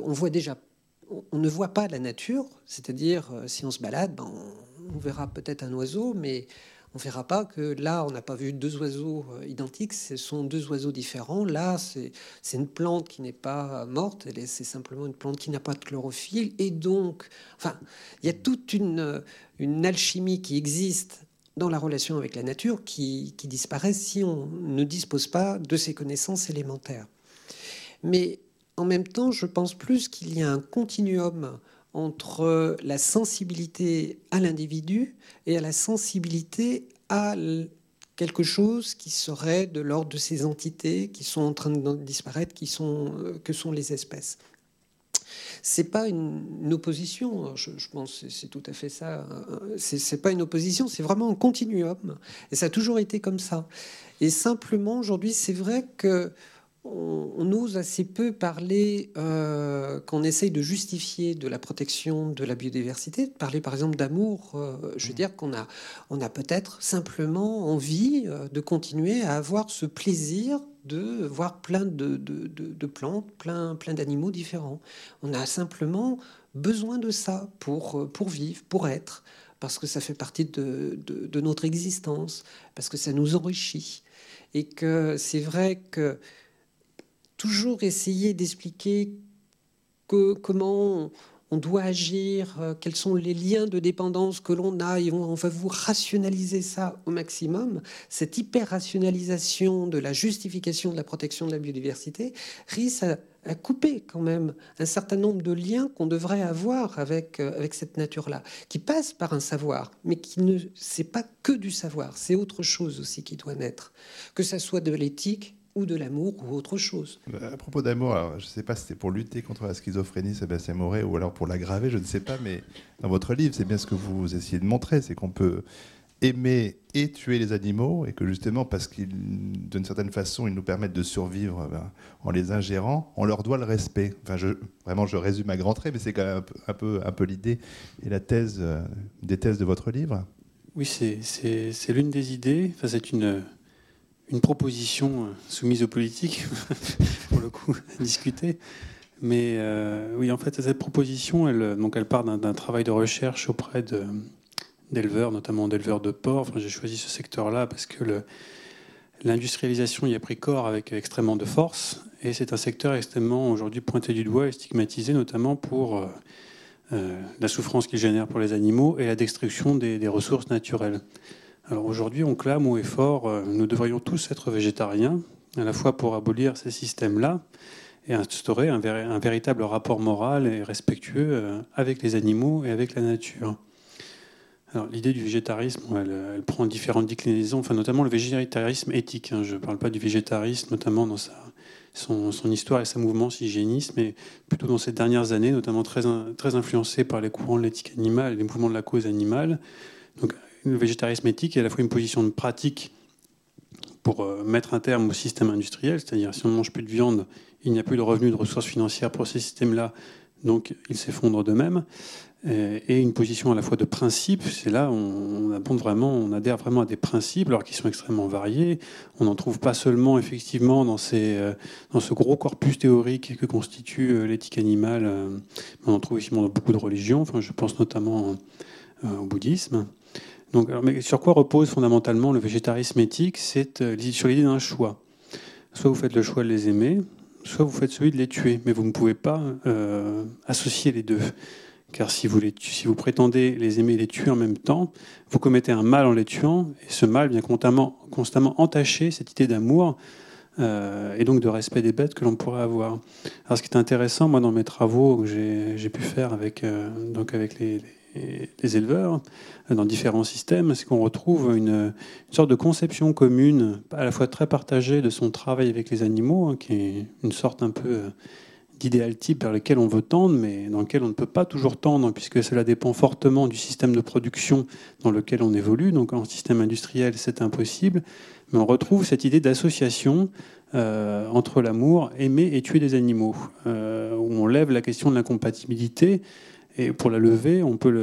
Speaker 4: ne voit pas la nature. C'est-à-dire, si on se balade, on verra peut-être un oiseau, mais on ne verra pas que là, on n'a pas vu deux oiseaux identiques, ce sont deux oiseaux différents. Là, c'est une plante qui n'est pas morte, c'est simplement une plante qui n'a pas de chlorophylle. Et donc, enfin, il y a toute une alchimie qui existe dans la relation avec la nature qui disparaît si on ne dispose pas de ces connaissances élémentaires. Mais en même temps, je pense plus qu'il y a un continuum entre la sensibilité à l'individu et à la sensibilité à quelque chose qui serait de l'ordre de ces entités qui sont en train de disparaître, que sont les espèces. C'est pas une opposition, je pense que c'est tout à fait ça. C'est pas une opposition, c'est vraiment un continuum. Et ça a toujours été comme ça. Et simplement, aujourd'hui, c'est vrai que on ose assez peu parler, quand on essaye de justifier de la protection de la biodiversité, de parler par exemple d'amour. Je veux dire qu'on a peut-être simplement envie de continuer à avoir ce plaisir de voir plein de plantes, plein d'animaux différents. On a simplement besoin de ça pour vivre, pour être, parce que ça fait partie de notre existence, parce que ça nous enrichit. Et que c'est vrai que toujours essayer d'expliquer comment on doit agir, quels sont les liens de dépendance que l'on a, et on va vous rationaliser ça au maximum. Cette hyper-rationalisation de la justification de la protection de la biodiversité risque à couper quand même un certain nombre de liens qu'on devrait avoir avec cette nature-là, qui passe par un savoir, mais c'est pas que du savoir, c'est autre chose aussi qui doit naître, que ça soit de l'éthique ou de l'amour ou autre chose.
Speaker 1: À propos d'amour, alors, je ne sais pas si c'était pour lutter contre la schizophrénie, Sébastien Moret, ou alors pour l'aggraver, je ne sais pas, mais dans votre livre, c'est bien ce que vous essayez de montrer, c'est qu'on peut aimer et tuer les animaux, et que justement, parce qu'ils, d'une certaine façon, ils nous permettent de survivre en les ingérant, on leur doit le respect. Enfin, je résume à grands traits, mais c'est quand même un peu l'idée et la thèse, des thèses de votre livre.
Speaker 5: Oui, c'est l'une des idées. Enfin, c'est une proposition soumise aux politiques, pour le coup, à discuter. Mais oui, en fait, cette proposition, elle part d'un travail de recherche auprès d'éleveurs, notamment d'éleveurs de porc. Enfin, j'ai choisi ce secteur-là parce que l'industrialisation y a pris corps avec extrêmement de force. Et c'est un secteur extrêmement, aujourd'hui, pointé du doigt et stigmatisé, notamment pour la souffrance qu'il génère pour les animaux et la destruction des ressources naturelles. Alors aujourd'hui, on clame haut et fort, nous devrions tous être végétariens, à la fois pour abolir ces systèmes-là et instaurer un véritable rapport moral et respectueux avec les animaux et avec la nature. Alors l'idée du végétarisme, elle prend différentes déclinaisons, enfin notamment le végétarisme éthique. Je ne parle pas du végétarisme, notamment dans son histoire et sa mouvance hygiéniste, mais plutôt dans ces dernières années, notamment très influencé par les courants de l'éthique animale, les mouvements de la cause animale. Donc, le végétarisme éthique est à la fois une position de pratique pour mettre un terme au système industriel, c'est-à-dire si on ne mange plus de viande, il n'y a plus de revenus, de ressources financières pour ces systèmes-là, donc ils s'effondrent d'eux-mêmes. Et une position à la fois de principe, c'est là où on adhère vraiment à des principes, alors qu'ils sont extrêmement variés. On n'en trouve pas seulement effectivement dans ce gros corpus théorique que constitue l'éthique animale, mais on en trouve aussi dans beaucoup de religions. Enfin, je pense notamment au bouddhisme. Donc, mais sur quoi repose fondamentalement le végétarisme éthique? C'est sur l'idée d'un choix. Soit vous faites le choix de les aimer, soit vous faites celui de les tuer. Mais vous ne pouvez pas associer les deux. Car si vous prétendez les aimer et les tuer en même temps, vous commettez un mal en les tuant, et ce mal vient constamment entacher cette idée d'amour et donc de respect des bêtes que l'on pourrait avoir. Alors ce qui est intéressant, moi, dans mes travaux que j'ai pu faire avec les éleveurs, dans différents systèmes, c'est qu'on retrouve une sorte de conception commune, à la fois très partagée de son travail avec les animaux, qui est une sorte un peu d'idéal type vers lequel on veut tendre, mais dans lequel on ne peut pas toujours tendre, puisque cela dépend fortement du système de production dans lequel on évolue. Donc en système industriel, c'est impossible. Mais on retrouve cette idée d'association entre l'amour, aimer et tuer des animaux, où on lève la question de l'incompatibilité. Et pour la lever,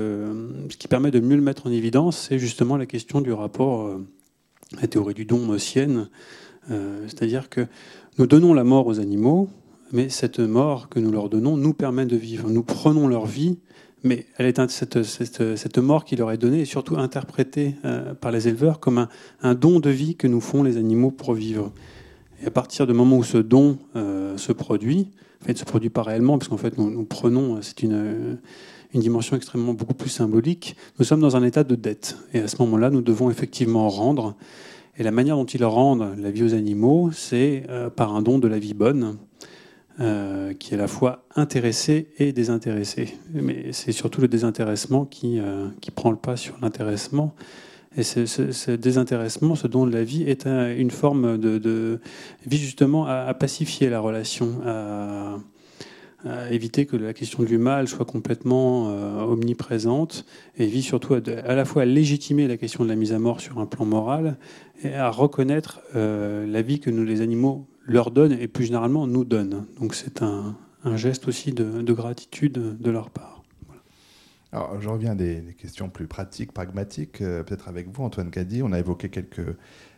Speaker 5: ce qui permet de mieux le mettre en évidence, c'est justement la question du rapport à la théorie du don maussienne. C'est-à-dire que nous donnons la mort aux animaux, mais cette mort que nous leur donnons nous permet de vivre. Nous prenons leur vie, mais cette mort qui leur est donnée est surtout interprétée par les éleveurs comme un don de vie que nous font les animaux pour vivre. Et à partir du moment où ce don se produit, en fait, ne se produit pas réellement, parce qu'en fait, nous prenons, c'est une dimension extrêmement beaucoup plus symbolique, nous sommes dans un état de dette. Et à ce moment-là, nous devons effectivement rendre. Et la manière dont ils rendent la vie aux animaux, c'est par un don de la vie bonne, qui est à la fois intéressé et désintéressé. Mais c'est surtout le désintéressement qui prend le pas sur l'intéressement. Et ce désintéressement, ce don de la vie, est une forme de vise justement à pacifier la relation, à éviter que la question du mal soit complètement omniprésente, et vise surtout à la fois à légitimer la question de la mise à mort sur un plan moral, et à reconnaître la vie que nous, les animaux, leur donnent, et plus généralement nous donnent. Donc c'est un geste aussi de gratitude de leur part. Voilà.
Speaker 1: Alors, je reviens à des questions plus pratiques, pragmatiques. Peut-être avec vous, Antoine Cady, on a évoqué quelques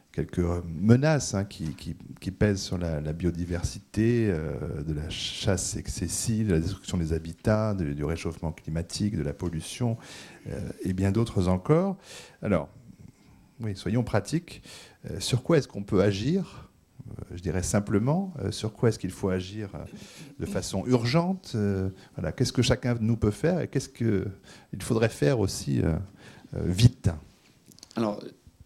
Speaker 1: menaces qui pèsent sur la biodiversité, de la chasse excessive, de la destruction des habitats, du réchauffement climatique, de la pollution, et bien d'autres encore. Alors, oui, soyons pratiques. Sur quoi est-ce qu'on peut agir ? Je dirais simplement, sur quoi est-ce qu'il faut agir de façon urgente ? Voilà, qu'est-ce que chacun de nous peut faire et qu'est-ce qu'il faudrait faire aussi vite ?
Speaker 2: Alors,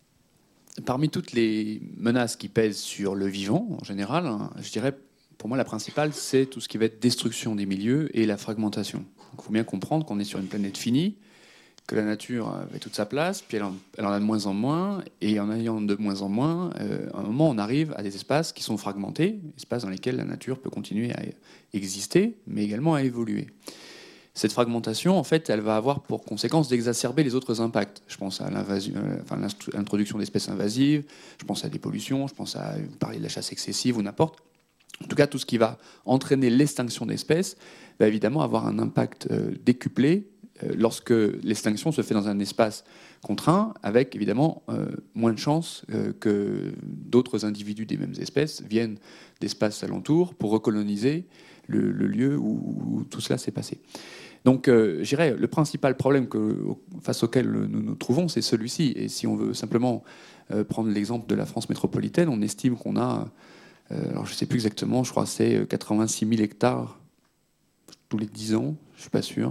Speaker 2: parmi toutes les menaces qui pèsent sur le vivant, en général, je dirais, pour moi, la principale, c'est tout ce qui va être destruction des milieux et la fragmentation. Il faut bien comprendre qu'on est sur une planète finie, que la nature avait toute sa place, puis elle en a de moins en moins, et en ayant de moins en moins, à un moment, on arrive à des espaces qui sont fragmentés, espaces dans lesquels la nature peut continuer à exister, mais également à évoluer. Cette fragmentation, en fait, elle va avoir pour conséquence d'exacerber les autres impacts. Je pense à l'introduction d'espèces invasives, je pense à des pollutions, je pense à parler de la chasse excessive ou n'importe. En tout cas, tout ce qui va entraîner l'extinction d'espèces va évidemment avoir un impact décuplé lorsque l'extinction se fait dans un espace contraint, avec évidemment moins de chances que d'autres individus des mêmes espèces viennent d'espaces alentours pour recoloniser le lieu où tout cela s'est passé. Donc, je dirais, le principal problème face auquel nous nous trouvons, c'est celui-ci. Et si on veut simplement prendre l'exemple de la France métropolitaine, on estime qu'on a, alors je ne sais plus exactement, je crois que c'est 86 000 hectares tous les 10 ans, je ne suis pas sûr,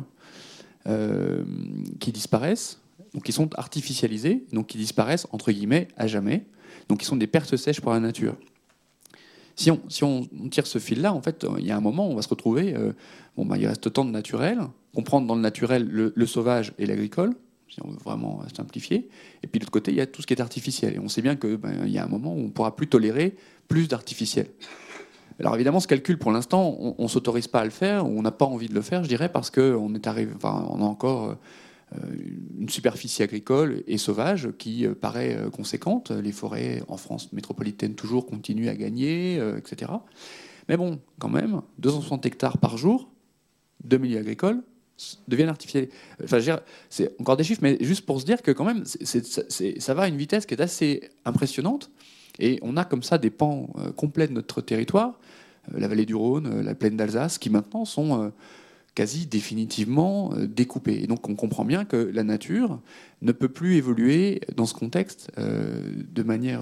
Speaker 2: qui disparaissent, donc qui sont artificialisés, donc qui disparaissent entre guillemets à jamais, donc qui sont des pertes sèches pour la nature. Si on tire ce fil-là, en fait, il y a un moment où on va se retrouver, il reste tant de naturel, comprendre dans le naturel le sauvage et l'agricole, si on veut vraiment simplifier, et puis de l'autre côté, il y a tout ce qui est artificiel. Et on sait bien qu'il y a un moment où on ne pourra plus tolérer plus d'artificiel. Alors évidemment, ce calcul, pour l'instant, on ne s'autorise pas à le faire, ou on n'a pas envie de le faire, je dirais, parce qu'on on a encore une superficie agricole et sauvage qui paraît conséquente. Les forêts en France métropolitaine toujours continuent à gagner, etc. Mais bon, quand même, 260 hectares par jour, de milieux agricoles deviennent artificialisés. Enfin, c'est encore des chiffres, mais juste pour se dire que quand même, ça va à une vitesse qui est assez impressionnante. Et on a comme ça des pans complets de notre territoire, la vallée du Rhône, la plaine d'Alsace, qui maintenant sont quasi définitivement découpés. Et donc on comprend bien que la nature ne peut plus évoluer dans ce contexte de manière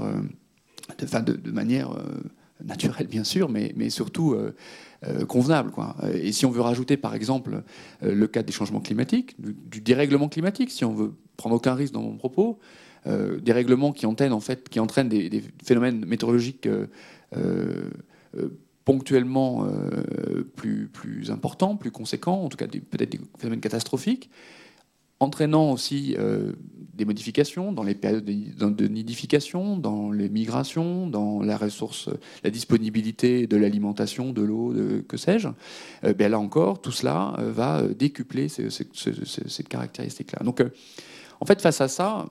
Speaker 2: naturelle, bien sûr, mais surtout convenable, quoi. Et si on veut rajouter, par exemple, le cas des changements climatiques, du dérèglement climatique, si on veut prendre aucun risque dans mon propos, des règlements qui entraînent des phénomènes météorologiques ponctuellement plus importants, plus conséquents, en tout cas peut-être des phénomènes catastrophiques, entraînant aussi des modifications dans les périodes de nidification, dans les migrations, dans la ressource, la disponibilité de l'alimentation, de l'eau, que sais-je. Là encore, tout cela va décupler ces caractéristiques-là. Donc, en fait, face à ça,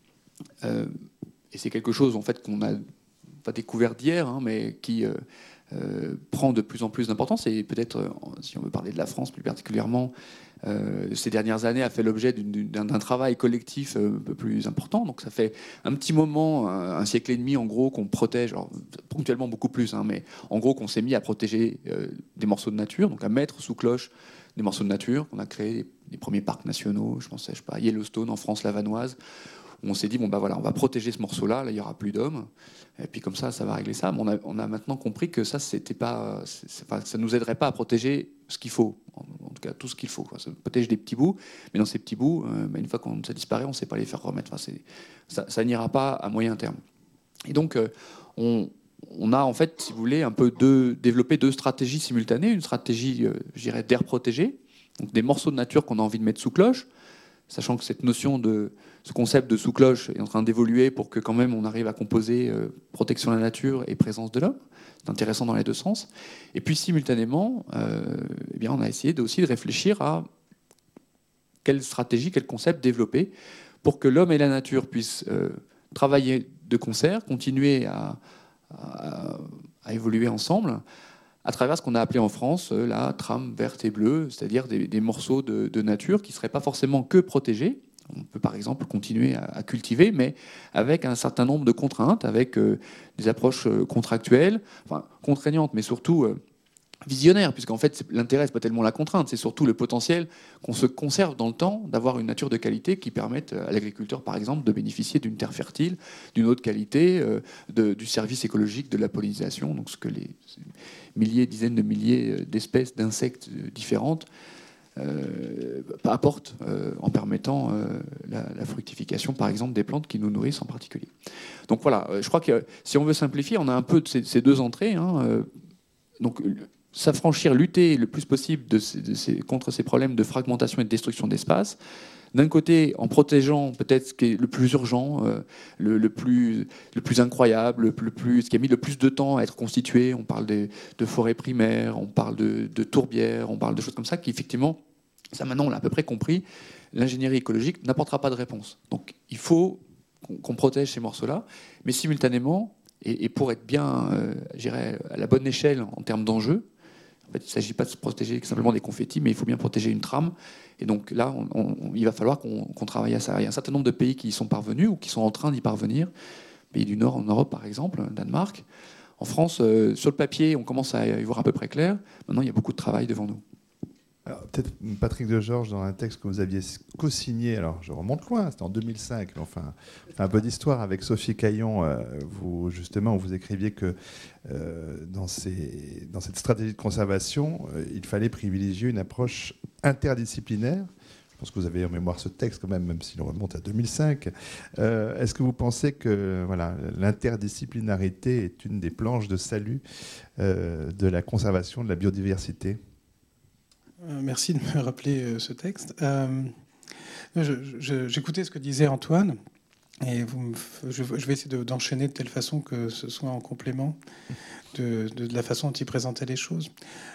Speaker 2: et c'est quelque chose en fait qu'on a pas découvert d'hier, hein, mais qui prend de plus en plus d'importance, et peut-être, si on veut parler de la France plus particulièrement, ces dernières années a fait l'objet d'un travail collectif un peu plus important. Donc ça fait un petit moment, un siècle et demi en gros, qu'on protège, alors, ponctuellement beaucoup plus, hein, mais en gros qu'on s'est mis à protéger des morceaux de nature, donc à mettre sous cloche des morceaux de nature, qu'on a créé les premiers parcs nationaux, je sais pas, Yellowstone en France, la Vanoise, où on s'est dit, bon bah voilà, on va protéger ce morceau-là, là il n'y aura plus d'hommes, et puis comme ça va régler ça. Mais on a maintenant compris que ça, ça nous aiderait pas à protéger ce qu'il faut, en tout cas tout ce qu'il faut, quoi. Ça protège des petits bouts, mais dans ces petits bouts, une fois que ça disparaît, on ne sait pas les faire remettre. Enfin, ça n'ira pas à moyen terme. Et donc, on a en fait, si vous voulez, un peu développé deux stratégies simultanées. Une stratégie, je dirais, d'air protégé, donc des morceaux de nature qu'on a envie de mettre sous cloche, sachant que cette notion ce concept de sous-cloche est en train d'évoluer pour que quand même on arrive à composer protection de la nature et présence de l'homme. C'est intéressant dans les deux sens. Et puis simultanément, on a essayé aussi de réfléchir à quelle stratégie, quel concept développer pour que l'homme et la nature puissent travailler de concert, continuer à évoluer ensemble, à travers ce qu'on a appelé en France la trame verte et bleue, c'est-à-dire des morceaux de nature qui ne seraient pas forcément que protégés. On peut par exemple continuer à cultiver, mais avec un certain nombre de contraintes, avec des approches contractuelles, enfin contraignantes, mais surtout visionnaires, puisqu'en fait l'intérêt, c'est pas tellement la contrainte, c'est surtout le potentiel qu'on se conserve dans le temps, d'avoir une nature de qualité qui permette à l'agriculteur, par exemple, de bénéficier d'une terre fertile, d'une eau de qualité, du service écologique, de la pollinisation, donc ce que les dizaines de milliers d'espèces d'insectes différentes apporte en permettant la fructification, par exemple, des plantes qui nous nourrissent en particulier. Donc voilà, je crois que si on veut simplifier, on a un peu de ces deux entrées. Donc s'affranchir, lutter le plus possible contre ces problèmes de fragmentation et de destruction d'espace. D'un côté, en protégeant peut-être ce qui est le plus urgent, le plus incroyable, ce qui a mis le plus de temps à être constitué. On parle de forêts primaires, on parle de tourbières, on parle de choses comme ça qui, effectivement, ça maintenant on l'a à peu près compris, l'ingénierie écologique n'apportera pas de réponse. Donc il faut qu'on protège ces morceaux-là, mais simultanément, et pour être bien, je dirais, à la bonne échelle en termes d'enjeux, en fait, il ne s'agit pas de se protéger simplement des confettis, mais il faut bien protéger une trame. Et donc là, il va falloir qu'on travaille à ça. Il y a un certain nombre de pays qui y sont parvenus ou qui sont en train d'y parvenir. Pays du Nord, en Europe par exemple, Danemark. En France, sur le papier, on commence à y voir à peu près clair. Maintenant, il y a beaucoup de travail devant nous.
Speaker 1: Alors, peut-être Patrick Degeorges, dans un texte que vous aviez co-signé, alors je remonte loin, c'était en 2005, mais enfin, un peu d'histoire avec Sophie Caillon, vous écriviez que dans cette stratégie de conservation, il fallait privilégier une approche interdisciplinaire. Je pense que vous avez en mémoire ce texte quand même s'il remonte à 2005. Est-ce que vous pensez que l'interdisciplinarité est une des planches de salut de la conservation de la biodiversité ?
Speaker 3: Merci de me rappeler ce texte. J'écoutais ce que disait Antoine, et je vais essayer d'enchaîner de telle façon que ce soit en complément de la façon dont il présentait les choses.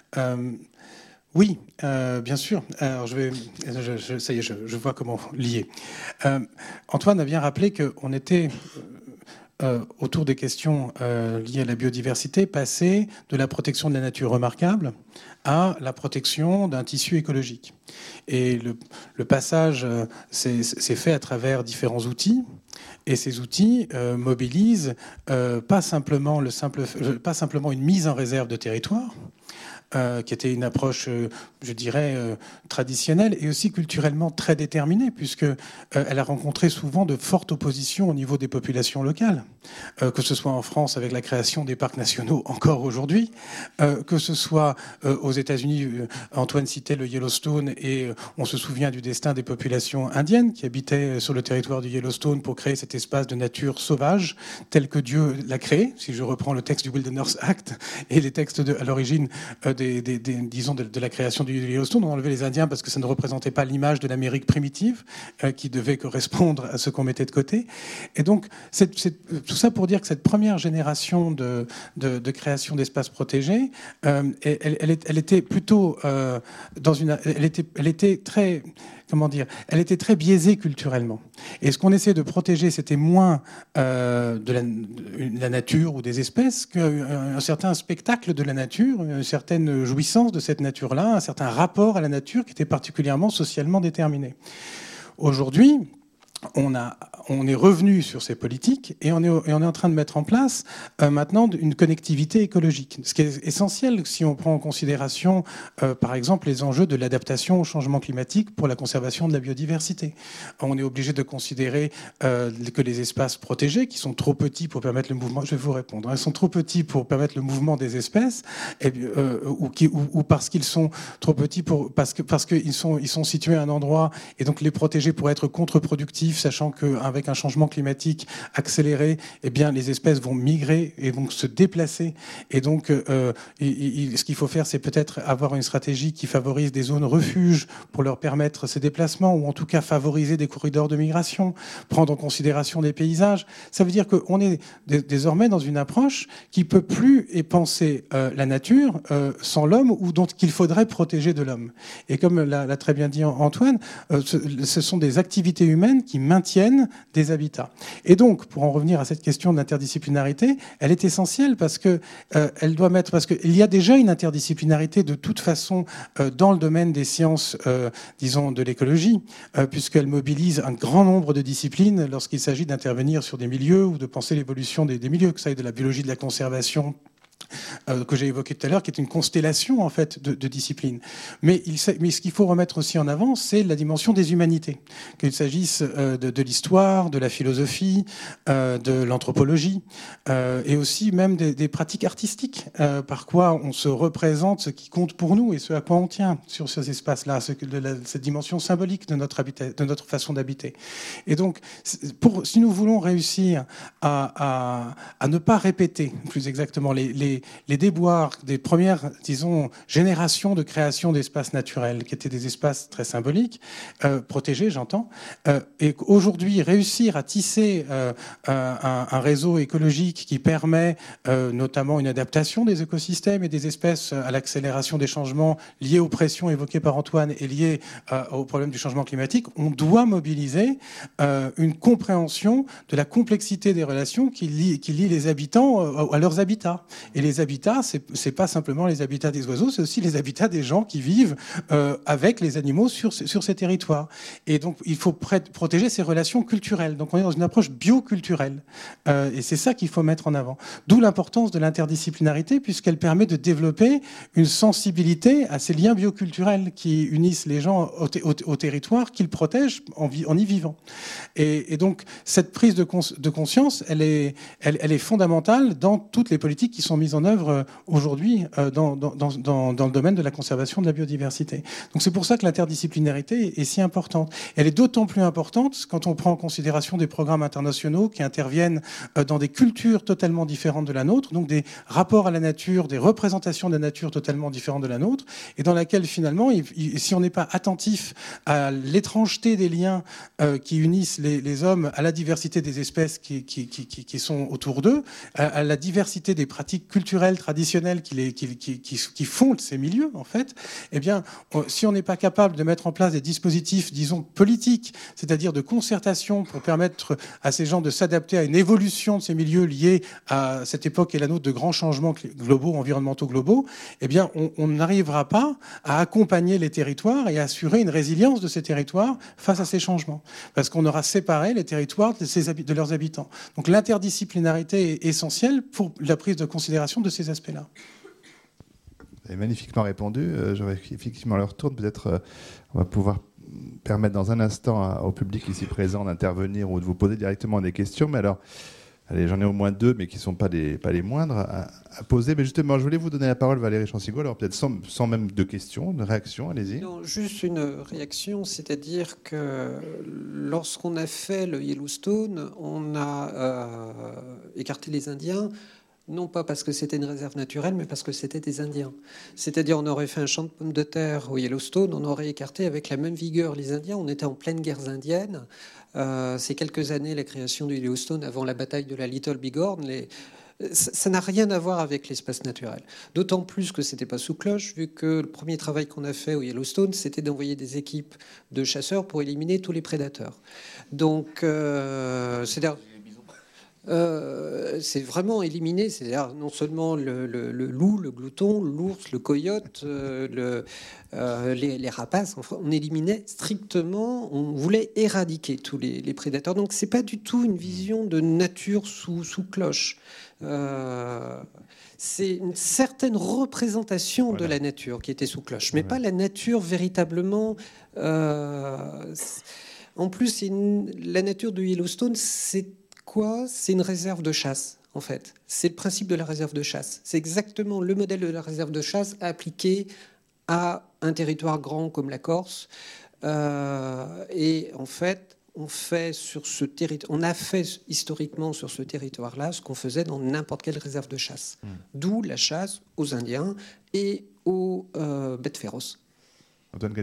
Speaker 3: Oui, bien sûr. Alors ça y est, je vois comment lier. Antoine a bien rappelé qu'on était autour des questions liées à la biodiversité, passer de la protection de la nature remarquable à la protection d'un tissu écologique. Et le passage s'est fait à travers différents outils. Et ces outils mobilisent pas simplement une mise en réserve de territoire, qui était une approche, je dirais, traditionnelle et aussi culturellement très déterminée, puisqu'elle a rencontré souvent de fortes oppositions au niveau des populations locales, que ce soit en France avec la création des parcs nationaux encore aujourd'hui, que ce soit aux États-Unis, Antoine citait le Yellowstone, et on se souvient du destin des populations indiennes qui habitaient sur le territoire du Yellowstone pour créer cet espace de nature sauvage tel que Dieu l'a créé, si je reprends le texte du Wilderness Act et les textes à l'origine disons de la création du Yellowstone. On enlevait les Indiens parce que ça ne représentait pas l'image de l'Amérique primitive qui devait correspondre à ce qu'on mettait de côté. Et donc, tout ça pour dire que cette première génération de création d'espaces protégés, elle était plutôt elle était très... Comment dire, elle était très biaisée culturellement. Et ce qu'on essayait de protéger, c'était moins de la nature ou des espèces qu'un certain spectacle de la nature, une certaine jouissance de cette nature-là, un certain rapport à la nature qui était particulièrement socialement déterminé. Aujourd'hui, on est revenu sur ces politiques et on est en train de mettre en place maintenant une connectivité écologique. Ce qui est essentiel si on prend en considération, par exemple, les enjeux de l'adaptation au changement climatique pour la conservation de la biodiversité. On est obligé de considérer que les espaces protégés, qui sont trop petits pour permettre le mouvement, je vais vous répondre, ils sont trop petits pour permettre le mouvement des espèces, ou parce qu'ils sont trop petits parce qu'ils sont situés à un endroit et donc les protéger pourrait être contre-productif, sachant qu'avec un changement climatique accéléré, eh bien, les espèces vont migrer et vont se déplacer. Et donc, ce qu'il faut faire, c'est peut-être avoir une stratégie qui favorise des zones refuges pour leur permettre ces déplacements, ou en tout cas favoriser des corridors de migration, prendre en considération des paysages. Ça veut dire qu'on est désormais dans une approche qui ne peut plus penser la nature sans l'homme, ou dont qu'il faudrait protéger de l'homme. Et comme l'a très bien dit Antoine, ce sont des activités humaines qui maintiennent des habitats. Et donc, pour en revenir à cette question de l'interdisciplinarité, elle est essentielle parce qu'il y a déjà une interdisciplinarité de toute façon dans le domaine des sciences, disons, de l'écologie, puisqu'elle mobilise un grand nombre de disciplines lorsqu'il s'agit d'intervenir sur des milieux ou de penser l'évolution des milieux, que ça aille de la biologie de la conservation, que j'ai évoqué tout à l'heure, qui est une constellation en fait de disciplines. Mais ce qu'il faut remettre aussi en avant, c'est la dimension des humanités, qu'il s'agisse de l'histoire, de la philosophie, de l'anthropologie, et aussi même des pratiques artistiques, par quoi on se représente ce qui compte pour nous et ce à quoi on tient sur ces espaces-là, cette dimension symbolique de notre façon d'habiter. Et donc, si nous voulons réussir à ne pas répéter, plus exactement, les déboires des premières, disons, générations de création d'espaces naturels, qui étaient des espaces très symboliques, protégés, j'entends, et aujourd'hui réussir à tisser un réseau écologique qui permet notamment une adaptation des écosystèmes et des espèces à l'accélération des changements liés aux pressions évoquées par Antoine et liés au problème du changement climatique, on doit mobiliser une compréhension de la complexité des relations qui lient les habitants à leurs habitats. Et les habitats, c'est pas simplement les habitats des oiseaux, c'est aussi les habitats des gens qui vivent avec les animaux sur ces territoires. Et donc, il faut protéger ces relations culturelles. Donc, on est dans une approche bioculturelle. Et c'est ça qu'il faut mettre en avant. D'où l'importance de l'interdisciplinarité, puisqu'elle permet de développer une sensibilité à ces liens bioculturels qui unissent les gens au territoire, qu'ils protègent en y vivant. Et donc, cette prise de conscience, elle est fondamentale dans toutes les politiques qui sont mises en œuvre aujourd'hui dans le domaine de la conservation de la biodiversité. Donc c'est pour ça que l'interdisciplinarité est si importante. Elle est d'autant plus importante quand on prend en considération des programmes internationaux qui interviennent dans des cultures totalement différentes de la nôtre, donc des rapports à la nature, des représentations de la nature totalement différentes de la nôtre, et dans laquelle finalement, si on n'est pas attentif à l'étrangeté des liens qui unissent les hommes à la diversité des espèces qui sont autour d'eux, à la diversité des pratiques culturelles culturelles traditionnelles qui fondent ces milieux, en fait, eh bien, si on n'est pas capable de mettre en place des dispositifs, disons, politiques, c'est-à-dire de concertation pour permettre à ces gens de s'adapter à une évolution de ces milieux liés à cette époque et la nôtre de grands changements globaux, environnementaux globaux, eh bien, on n'arrivera pas à accompagner les territoires et à assurer une résilience de ces territoires face à ces changements. Parce qu'on aura séparé les territoires de leurs habitants. Donc l'interdisciplinarité est essentielle pour la prise de considération de ces aspects-là.
Speaker 1: Vous avez magnifiquement répondu. J'aurais effectivement leur tour. Peut-être on va pouvoir permettre dans un instant au public ici présent d'intervenir ou de vous poser directement des questions. Mais alors, allez, j'en ai au moins 2, mais qui ne sont pas les moindres à poser. Mais justement, je voulais vous donner la parole, Valérie Chancigot, alors peut-être sans même de questions, de réaction, allez-y.
Speaker 4: Non, juste une réaction, c'est-à-dire que lorsqu'on a fait le Yellowstone, on a écarté les Indiens, non pas parce que c'était une réserve naturelle, mais parce que c'était des Indiens. C'est-à-dire, on aurait fait un champ de pommes de terre au Yellowstone, on aurait écarté avec la même vigueur les Indiens. On était en pleine guerre indienne. Ces quelques années, la création du Yellowstone, avant la bataille de la Little Bighorn, ça n'a rien à voir avec l'espace naturel. D'autant plus que c'était pas sous cloche, vu que le premier travail qu'on a fait au Yellowstone, c'était d'envoyer des équipes de chasseurs pour éliminer tous les prédateurs. Donc, c'est vraiment éliminé, c'est-à-dire non seulement le loup, le glouton, l'ours, le coyote, les rapaces, enfin, on éliminait strictement, on voulait éradiquer tous les prédateurs. Donc c'est pas du tout une vision de nature sous cloche. C'est une certaine représentation de la nature qui était sous cloche, mais pas la nature véritablement. En plus, la nature de Yellowstone, c'est quoi ? C'est une réserve de chasse, en fait. C'est le principe de la réserve de chasse. C'est exactement le modèle de la réserve de chasse appliqué à un territoire grand comme la Corse. Et en fait, on a fait historiquement sur ce territoire-là ce qu'on faisait dans n'importe quelle réserve de chasse. D'où la chasse aux Indiens et aux bêtes féroces.
Speaker 1: Antoine Cady ?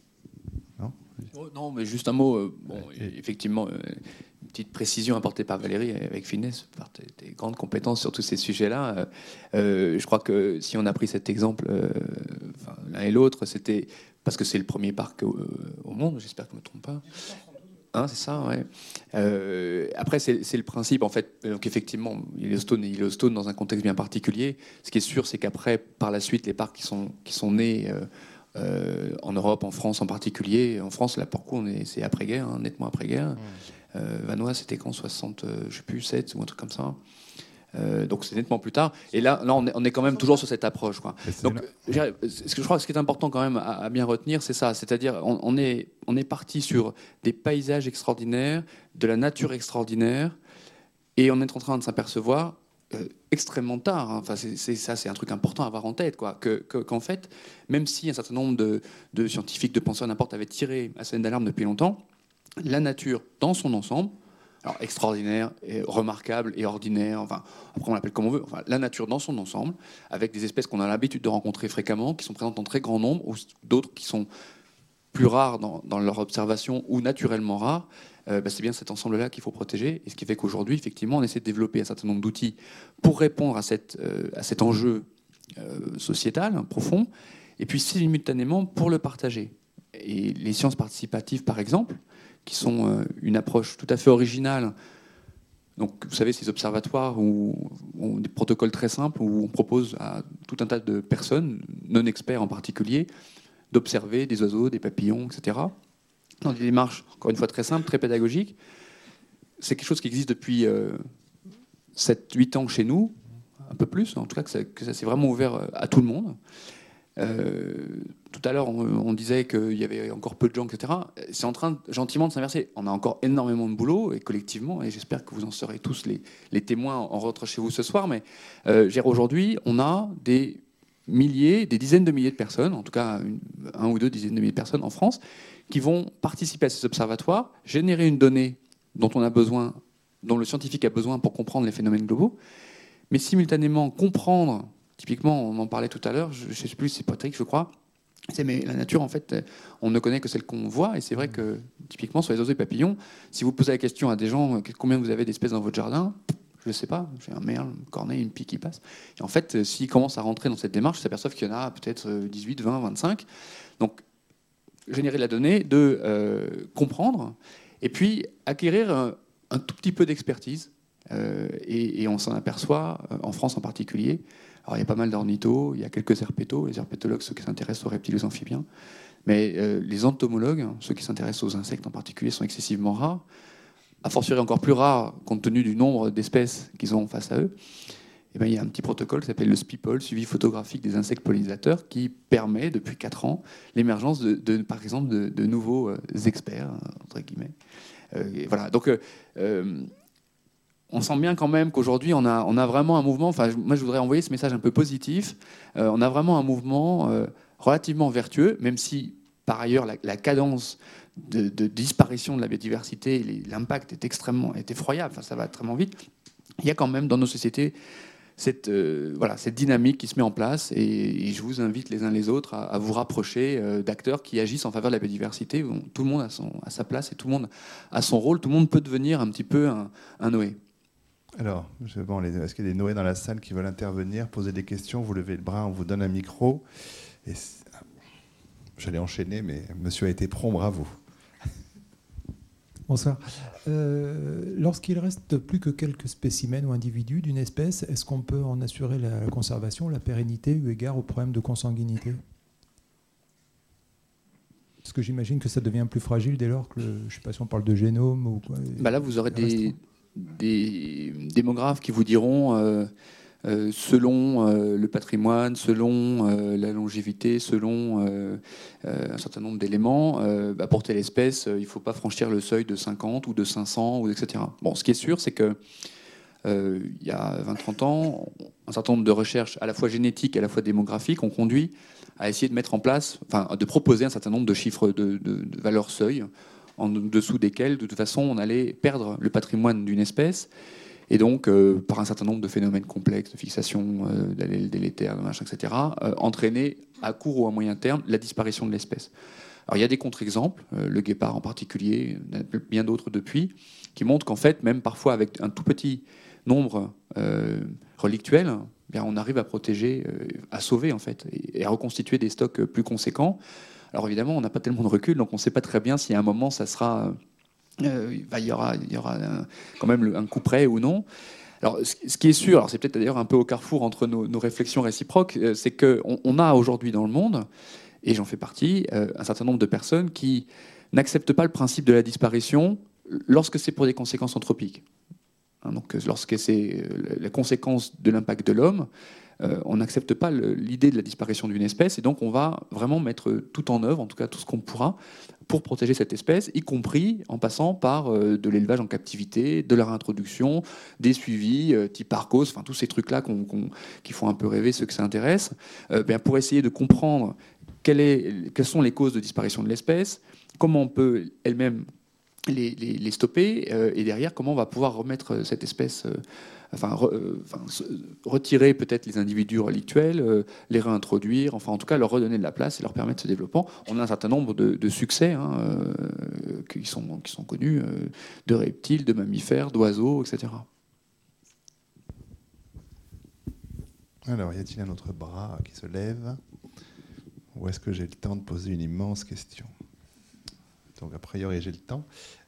Speaker 2: Non, mais juste un mot. Effectivement, une petite précision apportée par Valérie avec finesse, par tes grandes compétences sur tous ces sujets-là. Je crois que si on a pris cet exemple, l'un et l'autre, c'était parce que c'est le premier parc au monde, j'espère que je ne me trompe pas. Hein, c'est ça, ouais. Après, c'est le principe, en fait. Donc, effectivement, Yellowstone dans un contexte bien particulier. Ce qui est sûr, c'est qu'après, par la suite, les parcs qui sont nés en Europe, en France en particulier. En France, là, pour le coup, c'est après-guerre, hein, nettement après-guerre. Vanoise, c'était qu'en 60, je sais plus, 7 ou un truc comme ça. Donc c'est nettement plus tard. Et là on est quand même toujours sur cette approche, quoi. Donc, je crois que ce qui est important quand même à bien retenir, c'est ça. C'est-à-dire, on est parti sur des paysages extraordinaires, de la nature extraordinaire, et on est en train de s'apercevoir extrêmement tard. Hein. Enfin, c'est un truc important à avoir en tête, quoi. Qu'en fait, même si un certain nombre de scientifiques, de penseurs, n'importe, avaient tiré la sonnette d'alarme depuis longtemps, la nature dans son ensemble, alors extraordinaire, et remarquable et ordinaire, enfin, après on l'appelle comme on veut, enfin, la nature dans son ensemble, avec des espèces qu'on a l'habitude de rencontrer fréquemment, qui sont présentes en très grand nombre, ou d'autres qui sont plus rares dans leur observation ou naturellement rares, c'est bien cet ensemble-là qu'il faut protéger. Et ce qui fait qu'aujourd'hui, effectivement, on essaie de développer un certain nombre d'outils pour répondre à cet enjeu sociétal profond, et puis simultanément pour le partager. Et les sciences participatives, par exemple, qui sont une approche tout à fait originale. Donc, vous savez, ces observatoires où ont des protocoles très simples, où on propose à tout un tas de personnes, non experts en particulier, d'observer des oiseaux, des papillons, etc. Dans des démarches, encore une fois, très simples, très pédagogiques. C'est quelque chose qui existe depuis 7-8 ans chez nous, un peu plus, en tout cas que ça s'est vraiment ouvert à tout le monde. Tout à l'heure, on disait qu'il y avait encore peu de gens, etc. C'est en train gentiment de s'inverser. On a encore énormément de boulot, et collectivement, et j'espère que vous en serez tous les témoins en rentrant chez vous ce soir, mais aujourd'hui, on a des milliers, des dizaines de milliers de personnes, en tout cas un ou deux dizaines de milliers de personnes en France, qui vont participer à ces observatoires, générer une donnée dont on a besoin, dont le scientifique a besoin pour comprendre les phénomènes globaux, mais simultanément comprendre. Typiquement, on en parlait tout à l'heure, je ne sais plus, c'est Patrick, je crois. Mais la nature, en fait, on ne connaît que celle qu'on voit. Et c'est vrai que, typiquement, sur les oiseaux et papillons, si vous posez la question à des gens, combien vous avez d'espèces dans votre jardin, Je ne sais pas, j'ai un merle, une corneille, une pie qui passe. Et en fait, s'ils commencent à rentrer dans cette démarche, ils s'aperçoivent qu'il y en a peut-être 18, 20, 25. Donc, générer de la donnée, de comprendre, et puis acquérir un tout petit peu d'expertise. Et on s'en aperçoit, en France en particulier. Alors, il y a pas mal d'ornithos, il y a quelques herpétos, les herpétologues, ceux qui s'intéressent aux reptiles et aux amphibiens. Mais les entomologues, ceux qui s'intéressent aux insectes en particulier, sont excessivement rares. A fortiori encore plus rares, compte tenu du nombre d'espèces qu'ils ont face à eux. Et bien, il y a un petit protocole qui s'appelle le SPIPOL, suivi photographique des insectes pollinisateurs, qui permet, depuis 4 ans, l'émergence, par exemple, de nouveaux experts, entre guillemets. Et voilà. Donc, on sent bien quand même qu'aujourd'hui, on a vraiment un mouvement. Enfin, moi, je voudrais envoyer ce message un peu positif. On a vraiment un mouvement relativement vertueux, même si, par ailleurs, la cadence de disparition de la biodiversité, l'impact est effroyable. Enfin, ça va extrêmement vite. Il y a quand même dans nos sociétés cette dynamique qui se met en place, et je vous invite les uns les autres à vous rapprocher d'acteurs qui agissent en faveur de la biodiversité, où tout le monde a sa place et tout le monde a son rôle. Tout le monde peut devenir un petit peu un Noé.
Speaker 1: Alors, est-ce qu'il y a des Noé dans la salle qui veulent intervenir, poser des questions? Vous levez le bras, on vous donne un micro. Et j'allais enchaîner, mais monsieur a été prompt, bravo.
Speaker 6: Bonsoir. Lorsqu'il reste plus que quelques spécimens ou individus d'une espèce, est-ce qu'on peut en assurer la conservation, la pérennité, eu égard au problème de consanguinité? Parce que j'imagine que ça devient plus fragile dès lors que, je ne sais pas si on parle de génome ou quoi.
Speaker 2: Là, vous aurez des démographes qui vous diront, selon le patrimoine, selon la longévité, selon un certain nombre d'éléments, pour telle espèce, il ne faut pas franchir le seuil de 50 ou de 500, etc. Bon, ce qui est sûr, c'est que il y a 20-30 ans, un certain nombre de recherches, à la fois génétiques et à la fois démographiques, ont conduit à essayer de mettre en place, de proposer un certain nombre de chiffres de valeurs seuil, en dessous desquels, de toute façon, on allait perdre le patrimoine d'une espèce, et donc, par un certain nombre de phénomènes complexes, de fixation d'allèles délétères, etc., entraîner à court ou à moyen terme la disparition de l'espèce. Alors, il y a des contre-exemples, le guépard en particulier, bien d'autres depuis, qui montrent qu'en fait, même parfois avec un tout petit nombre relictuel, on arrive à protéger, à sauver en fait, et à reconstituer des stocks plus conséquents. Alors évidemment, on n'a pas tellement de recul, donc on ne sait pas très bien si à un moment ça sera, il y aura quand même un coup près ou non. Alors ce qui est sûr, alors c'est peut-être d'ailleurs un peu au carrefour entre nos réflexions réciproques, c'est qu'on a aujourd'hui dans le monde, et j'en fais partie, un certain nombre de personnes qui n'acceptent pas le principe de la disparition lorsque c'est pour des conséquences anthropiques. Donc, lorsque c'est la conséquence de l'impact de l'homme, on n'accepte pas l'idée de la disparition d'une espèce, et donc on va vraiment mettre tout en œuvre, en tout cas tout ce qu'on pourra, pour protéger cette espèce, y compris en passant par de l'élevage en captivité, de la réintroduction, des suivis type Arcos, enfin tous ces trucs-là qui font un peu rêver ceux que ça intéresse, pour essayer de comprendre quelles sont les causes de disparition de l'espèce, comment on peut elle-même les stopper, et derrière comment on va pouvoir remettre cette espèce, retirer peut-être les individus relictuels, les réintroduire, en tout cas leur redonner de la place et leur permettre ce développement. On a un certain nombre de succès qui sont connus, de reptiles, de mammifères, d'oiseaux, etc.
Speaker 1: Alors, y a-t-il un autre bras qui se lève? Ou est-ce que j'ai le temps de poser une immense question? Donc, a priori, j'ai le temps.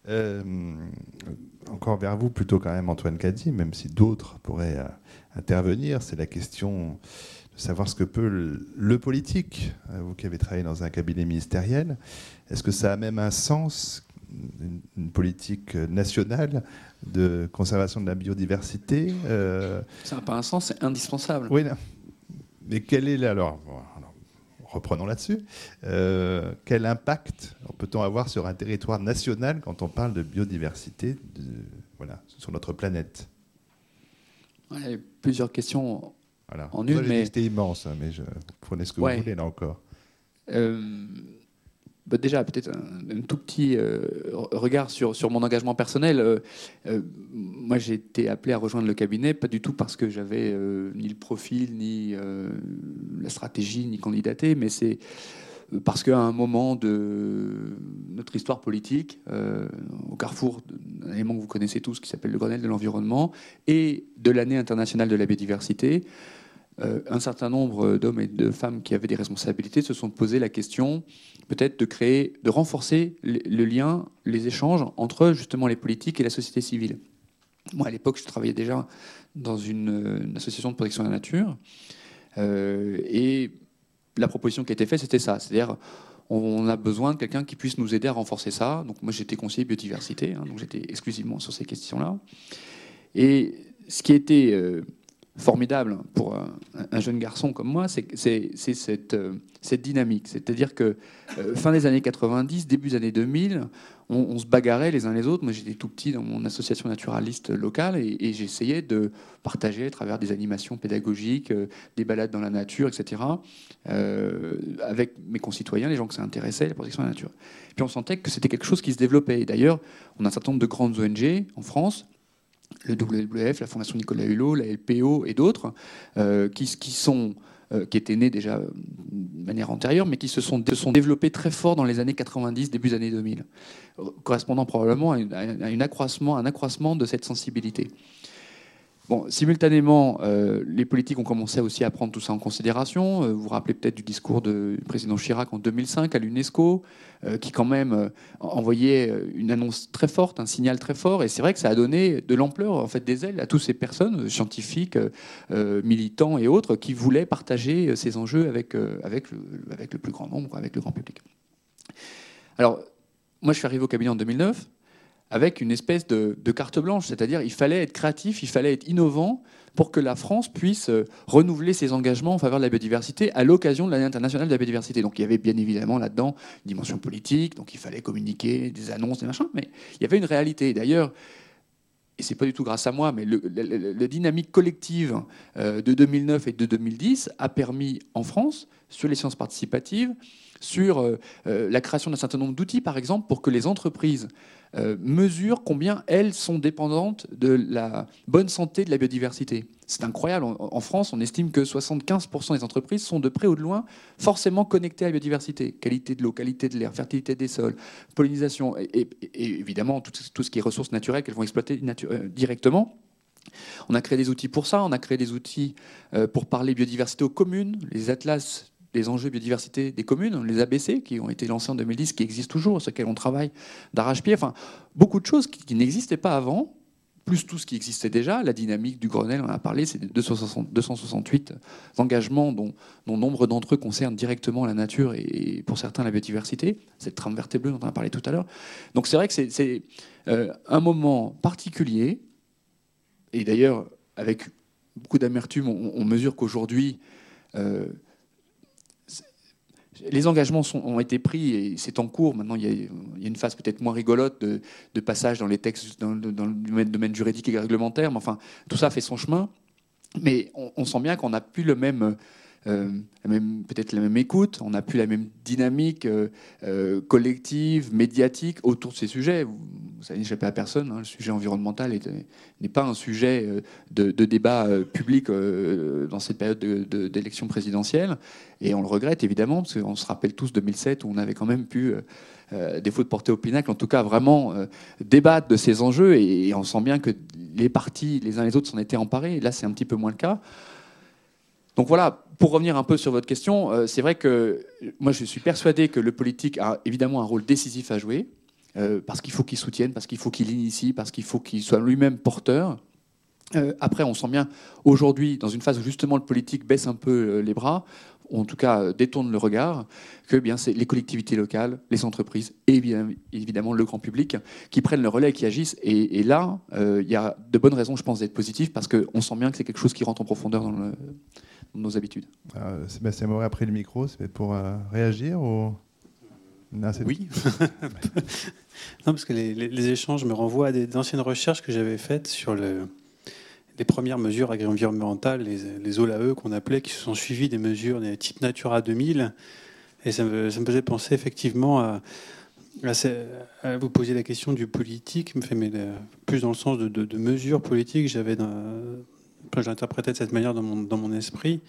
Speaker 1: Encore vers vous, plutôt quand même, Antoine Cady, même si d'autres pourraient intervenir. C'est la question de savoir ce que peut le politique. Vous qui avez travaillé dans un cabinet ministériel, est-ce que ça a même un sens, une politique nationale de conservation de la biodiversité?
Speaker 2: Ça n'a pas un sens, c'est indispensable.
Speaker 1: Oui, non. Mais quel est alors reprenons là-dessus. Quel impact peut-on avoir sur un territoire national quand on parle de biodiversité sur notre planète?
Speaker 2: Ouais, plusieurs questions en
Speaker 1: une.
Speaker 2: Mais
Speaker 1: c'était immense, mais vous prenez ce que vous voulez là encore.
Speaker 2: Déjà, peut-être un tout petit regard sur mon engagement personnel. Moi, j'ai été appelé à rejoindre le cabinet, pas du tout parce que j'avais ni le profil, ni la stratégie, ni candidaté, mais c'est parce qu'à un moment de notre histoire politique, au carrefour d'un élément que vous connaissez tous, qui s'appelle le Grenelle de l'environnement, et de l'année internationale de la biodiversité, un certain nombre d'hommes et de femmes qui avaient des responsabilités se sont posé la question peut-être de renforcer le lien, les échanges entre justement les politiques et la société civile. Moi, à l'époque, je travaillais déjà dans une association de protection de la nature, et la proposition qui a été faite, c'était ça, c'est-à-dire on a besoin de quelqu'un qui puisse nous aider à renforcer ça. Donc moi, j'étais conseiller biodiversité, donc j'étais exclusivement sur ces questions-là. Et ce qui était formidable pour un jeune garçon comme moi, c'est cette dynamique. C'est-à-dire que fin des années 90, début des années 2000, on se bagarrait les uns les autres. Moi, j'étais tout petit dans mon association naturaliste locale et j'essayais de partager à travers des animations pédagogiques, des balades dans la nature, etc., avec mes concitoyens, les gens que ça intéressait, la protection de la nature. Puis on sentait que c'était quelque chose qui se développait. Et d'ailleurs, on a un certain nombre de grandes ONG en France, le WWF, la Fondation Nicolas Hulot, la LPO et d'autres, qui étaient nés déjà de manière antérieure, mais qui se sont développés très fort dans les années 90, début des années 2000, correspondant probablement à un accroissement de cette sensibilité. Bon, simultanément, les politiques ont commencé aussi à prendre tout ça en considération. Vous vous rappelez peut-être du discours du président Chirac en 2005 à l'UNESCO, qui quand même envoyait une annonce très forte, un signal très fort. Et c'est vrai que ça a donné de l'ampleur, en fait, des ailes à toutes ces personnes, scientifiques, militants et autres, qui voulaient partager ces enjeux avec le plus grand nombre, avec le grand public. Alors, moi, je suis arrivé au cabinet en 2009. Avec une espèce de carte blanche, c'est-à-dire il fallait être créatif, il fallait être innovant pour que la France puisse renouveler ses engagements en faveur de la biodiversité à l'occasion de l'année internationale de la biodiversité. Donc il y avait bien évidemment là-dedans une dimension politique, donc il fallait communiquer, des annonces, des machins, mais il y avait une réalité. D'ailleurs, et c'est pas du tout grâce à moi, mais la dynamique collective de 2009 et de 2010 a permis en France, sur les sciences participatives, sur la création d'un certain nombre d'outils, par exemple, pour que les entreprises mesurent combien elles sont dépendantes de la bonne santé de la biodiversité. C'est incroyable. En France, on estime que 75% des entreprises sont de près ou de loin forcément connectées à la biodiversité. Qualité de l'eau, qualité de l'air, fertilité des sols, pollinisation et évidemment tout ce qui est ressources naturelles qu'elles vont exploiter directement. On a créé des outils pour ça. On a créé des outils pour parler biodiversité aux communes, les atlas des enjeux biodiversité des communes, les ABC, qui ont été lancés en 2010, qui existent toujours, sur lesquels on travaille d'arrache-pied. Enfin, beaucoup de choses qui n'existaient pas avant, plus tout ce qui existait déjà. La dynamique du Grenelle, on en a parlé, c'est 268 engagements dont nombre d'entre eux concernent directement la nature et pour certains la biodiversité. Cette trame verte et bleue dont on a parlé tout à l'heure. Donc c'est vrai que c'est un moment particulier. Et d'ailleurs, avec beaucoup d'amertume, on mesure qu'aujourd'hui, les engagements ont été pris et c'est en cours. Maintenant, il y a une phase peut-être moins rigolote de passage dans les textes, dans le domaine juridique et réglementaire. Mais enfin, tout ça fait son chemin. Mais on sent bien qu'on n'a plus peut-être la même écoute, on n'a plus la même dynamique collective, médiatique autour de ces sujets. Ça n'a échappé à personne. Le sujet environnemental n'est pas un sujet de débat public dans cette période d'élection présidentielle. Et on le regrette évidemment, parce qu'on se rappelle tous 2007 où on avait quand même pu, défaut de porter au pinacle, en tout cas vraiment débattre de ces enjeux. Et on sent bien que les partis, les uns les autres, s'en étaient emparés. Et là, c'est un petit peu moins le cas. Donc voilà, pour revenir un peu sur votre question, c'est vrai que moi je suis persuadé que le politique a évidemment un rôle décisif à jouer, parce qu'il faut qu'il soutienne, parce qu'il faut qu'il initie, parce qu'il faut qu'il soit lui-même porteur. Après, on sent bien aujourd'hui, dans une phase où justement le politique baisse un peu les bras, ou en tout cas détourne le regard, que bien c'est les collectivités locales, les entreprises et évidemment le grand public qui prennent le relais et qui agissent. Et là, il y a de bonnes raisons, je pense, d'être positif, parce qu'on sent bien que c'est quelque chose qui rentre en profondeur dans nos habitudes.
Speaker 1: Sébastien Moret, après le micro, c'est pour réagir ou... Non,
Speaker 5: oui. Non, parce que les échanges me renvoient à des anciennes recherches que j'avais faites sur les premières mesures agri-environnementales, les OLAE qu'on appelait, qui se sont suivies des mesures des types Natura 2000. Et ça me faisait penser effectivement à vous poser la question du politique, mais plus dans le sens de mesures politiques. J'interprétais de cette manière dans mon esprit.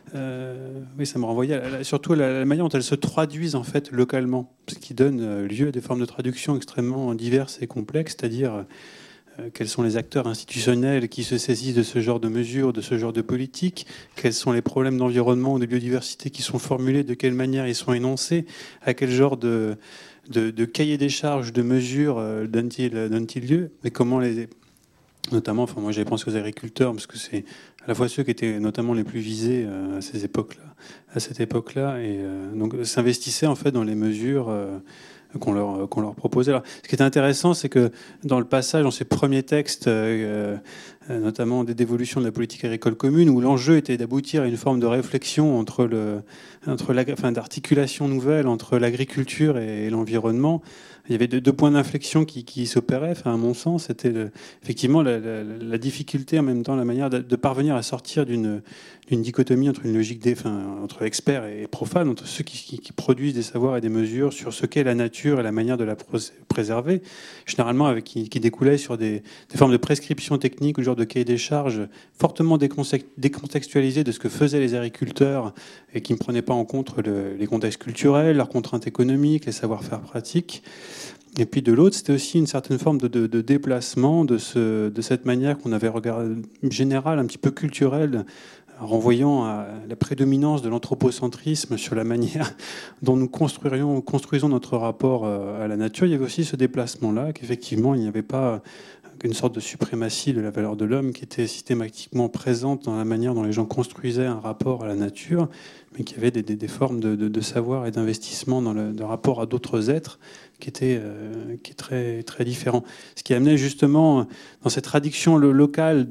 Speaker 5: Oui, ça me renvoyait surtout à la manière dont elles se traduisent en fait localement, ce qui donne lieu à des formes de traduction extrêmement diverses et complexes, c'est-à-dire quels sont les acteurs institutionnels qui se saisissent de ce genre de mesures, de ce genre de politique, quels sont les problèmes d'environnement ou de biodiversité qui sont formulés, de quelle manière ils sont énoncés, à quel genre de cahier des charges, de mesures donnent-ils lieu, et comment les... Notamment, enfin, moi j'ai pensé aux agriculteurs, parce que c'est à la fois ceux qui étaient notamment les plus visés à cette époque-là, et donc s'investissaient en fait dans les mesures qu'on leur proposait. Alors, ce qui est intéressant, c'est que dans le passage, dans ces premiers textes, notamment des dévolutions de la politique agricole commune, où l'enjeu était d'aboutir à une forme de réflexion d'articulation nouvelle entre l'agriculture et l'environnement, il y avait deux points d'inflexion qui s'opéraient. Enfin, à mon sens, c'était effectivement la difficulté, en même temps la manière de parvenir à sortir d'une dichotomie entre une logique entre experts et profanes, entre ceux qui produisent des savoirs et des mesures sur ce qu'est la nature et la manière de la préserver, généralement qui découlait sur des formes de prescriptions techniques ou genre de cahier des charges fortement décontextualisés de ce que faisaient les agriculteurs et qui ne prenaient pas en compte les contextes culturels, leurs contraintes économiques, les savoir-faire pratiques. Et puis de l'autre, c'était aussi une certaine forme de déplacement de cette manière qu'on avait regardé, générale, un petit peu culturelle, renvoyant à la prédominance de l'anthropocentrisme sur la manière dont nous construisons notre rapport à la nature. Il y avait aussi ce déplacement-là, qu'effectivement, il n'y avait pas une sorte de suprématie de la valeur de l'homme qui était systématiquement présente dans la manière dont les gens construisaient un rapport à la nature, mais qu'il y avait des formes de savoir et d'investissement dans le rapport à d'autres êtres qui est très, très différent. Ce qui amenait justement, dans cette traduction locale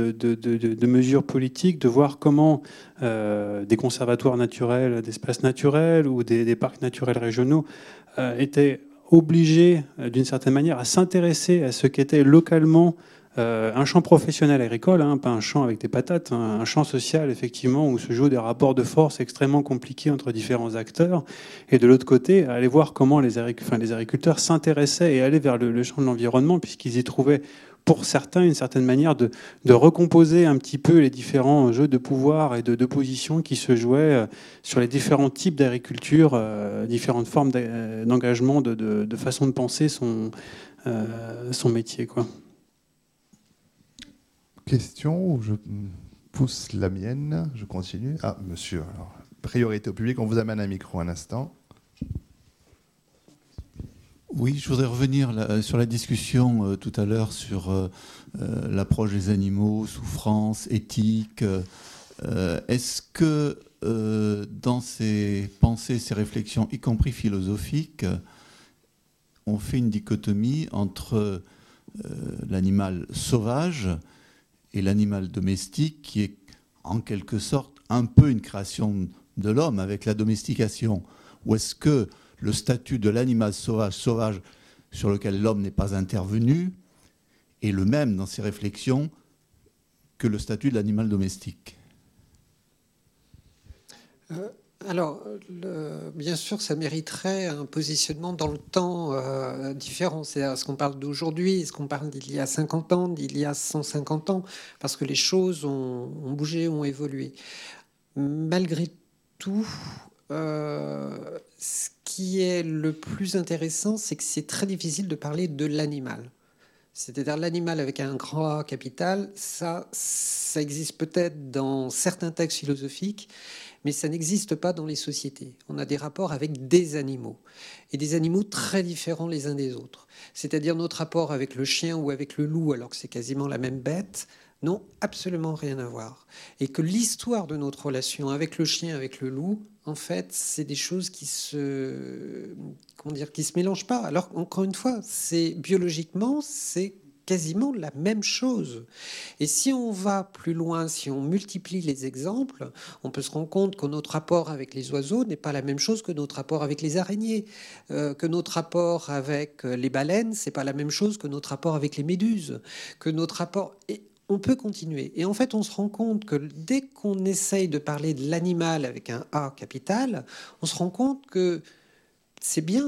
Speaker 5: de mesures politiques, de voir comment des conservatoires naturels, d'espaces naturels ou des parcs naturels régionaux étaient obligés, d'une certaine manière, à s'intéresser à ce qu'était localement un champ professionnel agricole, pas un champ avec des patates, un champ social, effectivement, où se jouent des rapports de force extrêmement compliqués entre différents acteurs. Et de l'autre côté, aller voir comment les agriculteurs s'intéressaient et allaient vers le champ de l'environnement, puisqu'ils y trouvaient, pour certains, une certaine manière de recomposer un petit peu les différents jeux de pouvoir et de position qui se jouaient sur les différents types d'agriculture, différentes formes d'engagement, de façon de penser son métier, quoi.
Speaker 1: Question où je pousse la mienne, je continue. Ah, monsieur, alors, priorité au public, on vous amène un micro un instant.
Speaker 7: Oui, je voudrais revenir sur la discussion tout à l'heure sur l'approche des animaux, souffrance, éthique. Est-ce que dans ces pensées, ces réflexions, y compris philosophiques, on fait une dichotomie entre l'animal sauvage et l'animal domestique, qui est en quelque sorte un peu une création de l'homme avec la domestication? Ou est-ce que le statut de l'animal sauvage sur lequel l'homme n'est pas intervenu est le même dans ses réflexions que le statut de l'animal domestique?
Speaker 4: Alors, bien sûr, ça mériterait un positionnement dans le temps différent. C'est-à-dire, est-ce qu'on parle d'aujourd'hui? Est-ce qu'on parle d'il y a 50 ans, d'il y a 150 ans? Parce que les choses ont bougé, ont évolué. Malgré tout, ce qui est le plus intéressant, c'est que c'est très difficile de parler de l'animal. C'est-à-dire l'animal avec un grand A capital, ça existe peut-être dans certains textes philosophiques, mais ça n'existe pas dans les sociétés. On a des rapports avec des animaux, et des animaux très différents les uns des autres. C'est-à-dire notre rapport avec le chien ou avec le loup, alors que c'est quasiment la même bête, n'ont absolument rien à voir. Et que l'histoire de notre relation avec le chien, avec le loup, en fait, c'est des choses qui se mélangent pas. Alors, encore une fois, biologiquement, c'est quasiment la même chose. Et si on va plus loin, si on multiplie les exemples, on peut se rendre compte que notre rapport avec les oiseaux n'est pas la même chose que notre rapport avec les araignées, que notre rapport avec les baleines, c'est pas la même chose que notre rapport avec les méduses, que notre rapport... Et on peut continuer. Et en fait, on se rend compte que dès qu'on essaye de parler de l'animal avec un A capital, on se rend compte que c'est bien.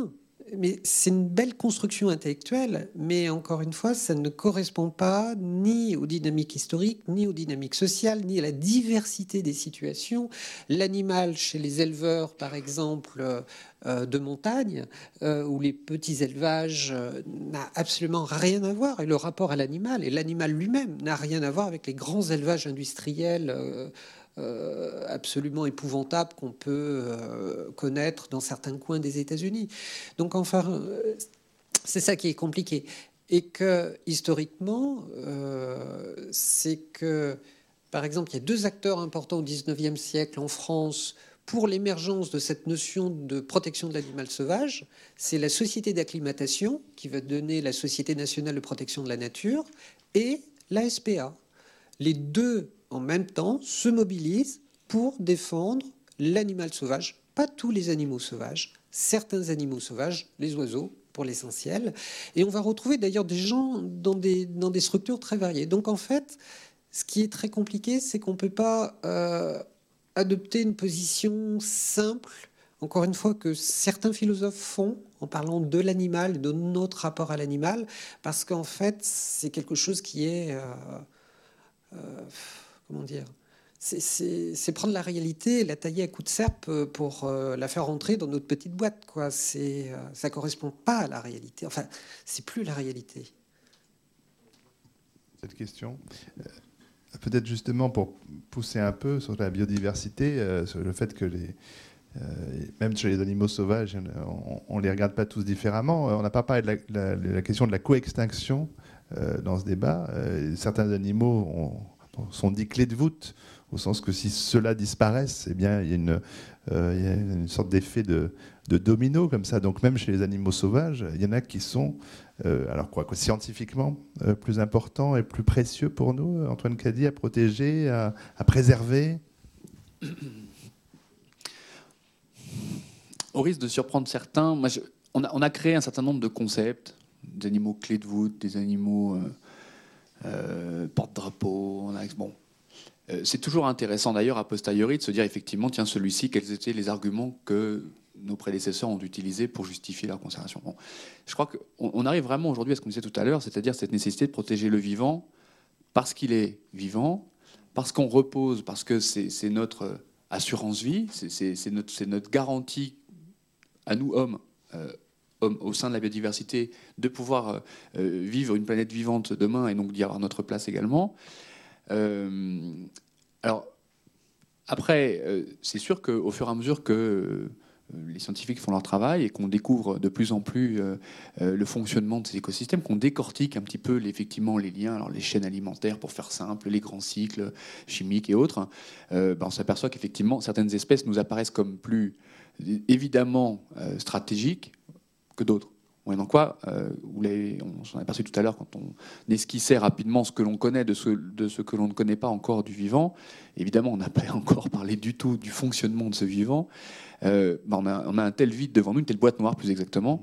Speaker 4: mais c'est une belle construction intellectuelle, mais encore une fois, ça ne correspond pas ni aux dynamiques historiques, ni aux dynamiques sociales, ni à la diversité des situations. L'animal chez les éleveurs, par exemple, de montagne, où les petits élevages n'a absolument rien à voir, et le rapport à l'animal, et l'animal lui-même n'a rien à voir avec les grands élevages industriels absolument épouvantables qu'on peut connaître dans certains coins des États-Unis. Donc enfin, c'est ça qui est compliqué. Et que historiquement, c'est que, par exemple, il y a deux acteurs importants au XIXe siècle en France pour l'émergence de cette notion de protection de l'animal sauvage. C'est la Société d'acclimatation, qui va donner la Société nationale de protection de la nature, et la SPA. Les deux, en même temps, se mobilisent pour défendre l'animal sauvage. Pas tous les animaux sauvages, certains animaux sauvages, les oiseaux, pour l'essentiel. Et on va retrouver d'ailleurs des gens dans des structures très variées. Donc en fait, ce qui est très compliqué, c'est qu'on ne peut pas adopter une position simple, encore une fois, que certains philosophes font en parlant de l'animal, de notre rapport à l'animal, parce qu'en fait, c'est quelque chose qui est... comment dire, c'est prendre la réalité et la tailler à coups de serpe pour la faire rentrer dans notre petite boîte, quoi. Ça correspond pas à la réalité. Enfin, c'est plus la réalité.
Speaker 1: Cette question, peut-être justement pour pousser un peu sur la biodiversité, sur le fait que même chez les animaux sauvages, on les regarde pas tous différemment. On n'a pas parlé de la question de la coextinction dans ce débat. Certains animaux sont dits clés de voûte, au sens que si ceux-là disparaissent, eh bien, il y a une sorte d'effet de domino comme ça. Donc même chez les animaux sauvages, il y en a qui sont, alors quoi, scientifiquement plus importants et plus précieux pour nous, Antoine Cady, à protéger, à préserver.
Speaker 2: Au risque de surprendre certains, on a créé un certain nombre de concepts, des animaux clés de voûte, des animaux porte-drapeau. Bon. C'est toujours intéressant d'ailleurs a posteriori de se dire effectivement, tiens, celui-ci, quels étaient les arguments que nos prédécesseurs ont utilisés pour justifier leur conservation. Bon. Je crois qu'on arrive vraiment aujourd'hui à ce qu'on disait tout à l'heure, c'est-à-dire cette nécessité de protéger le vivant parce qu'il est vivant, parce qu'on repose, parce que c'est notre assurance vie, c'est notre garantie à nous, hommes, au sein de la biodiversité, de pouvoir vivre une planète vivante demain et donc d'y avoir notre place également. Alors, après, c'est sûr qu'au fur et à mesure que les scientifiques font leur travail et qu'on découvre de plus en plus le fonctionnement de ces écosystèmes, qu'on décortique un petit peu effectivement les liens, alors les chaînes alimentaires pour faire simple, les grands cycles chimiques et autres, on s'aperçoit qu'effectivement certaines espèces nous apparaissent comme plus évidemment stratégiques que d'autres. Moyennant quoi, on s'en est aperçu tout à l'heure quand on esquissait rapidement ce que l'on connaît de ce que l'on ne connaît pas encore du vivant. Évidemment, on n'a pas encore parlé du tout du fonctionnement de ce vivant. On a un tel vide devant nous, une telle boîte noire plus exactement,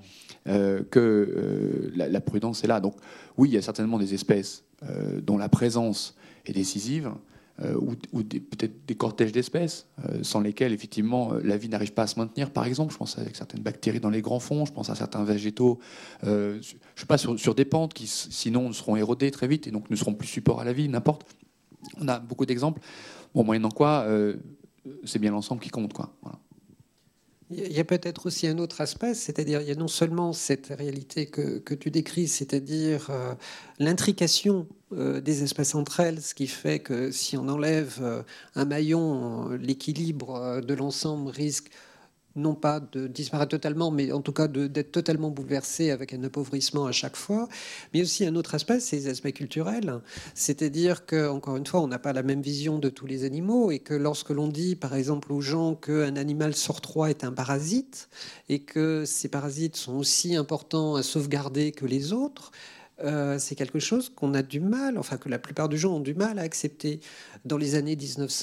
Speaker 2: que la prudence est là. Donc oui, il y a certainement des espèces dont la présence est décisive, ou peut-être des cortèges d'espèces sans lesquels effectivement la vie n'arrive pas à se maintenir. Par exemple, je pense à certaines bactéries dans les grands fonds, je pense à certains végétaux, je sais pas, sur des pentes qui sinon seront érodés très vite et donc ne seront plus support à la vie, n'importe. On a beaucoup d'exemples. Bon, moyennant quoi, c'est bien l'ensemble qui compte, quoi. Voilà.
Speaker 4: Il y a peut-être aussi un autre aspect, c'est-à-dire il y a non seulement cette réalité que tu décris, c'est-à-dire l'intrication des espèces entre elles, ce qui fait que si on enlève un maillon, l'équilibre de l'ensemble risque non pas de disparaître totalement, mais en tout cas d'être totalement bouleversé avec un appauvrissement à chaque fois. Mais aussi un autre aspect, c'est les aspects culturels. C'est-à-dire qu'encore une fois, on n'a pas la même vision de tous les animaux et que lorsque l'on dit, par exemple, aux gens qu'un animal sur 3 est un parasite et que ces parasites sont aussi importants à sauvegarder que les autres, c'est quelque chose qu'on a du mal, enfin que la plupart des gens ont du mal à accepter. Dans les années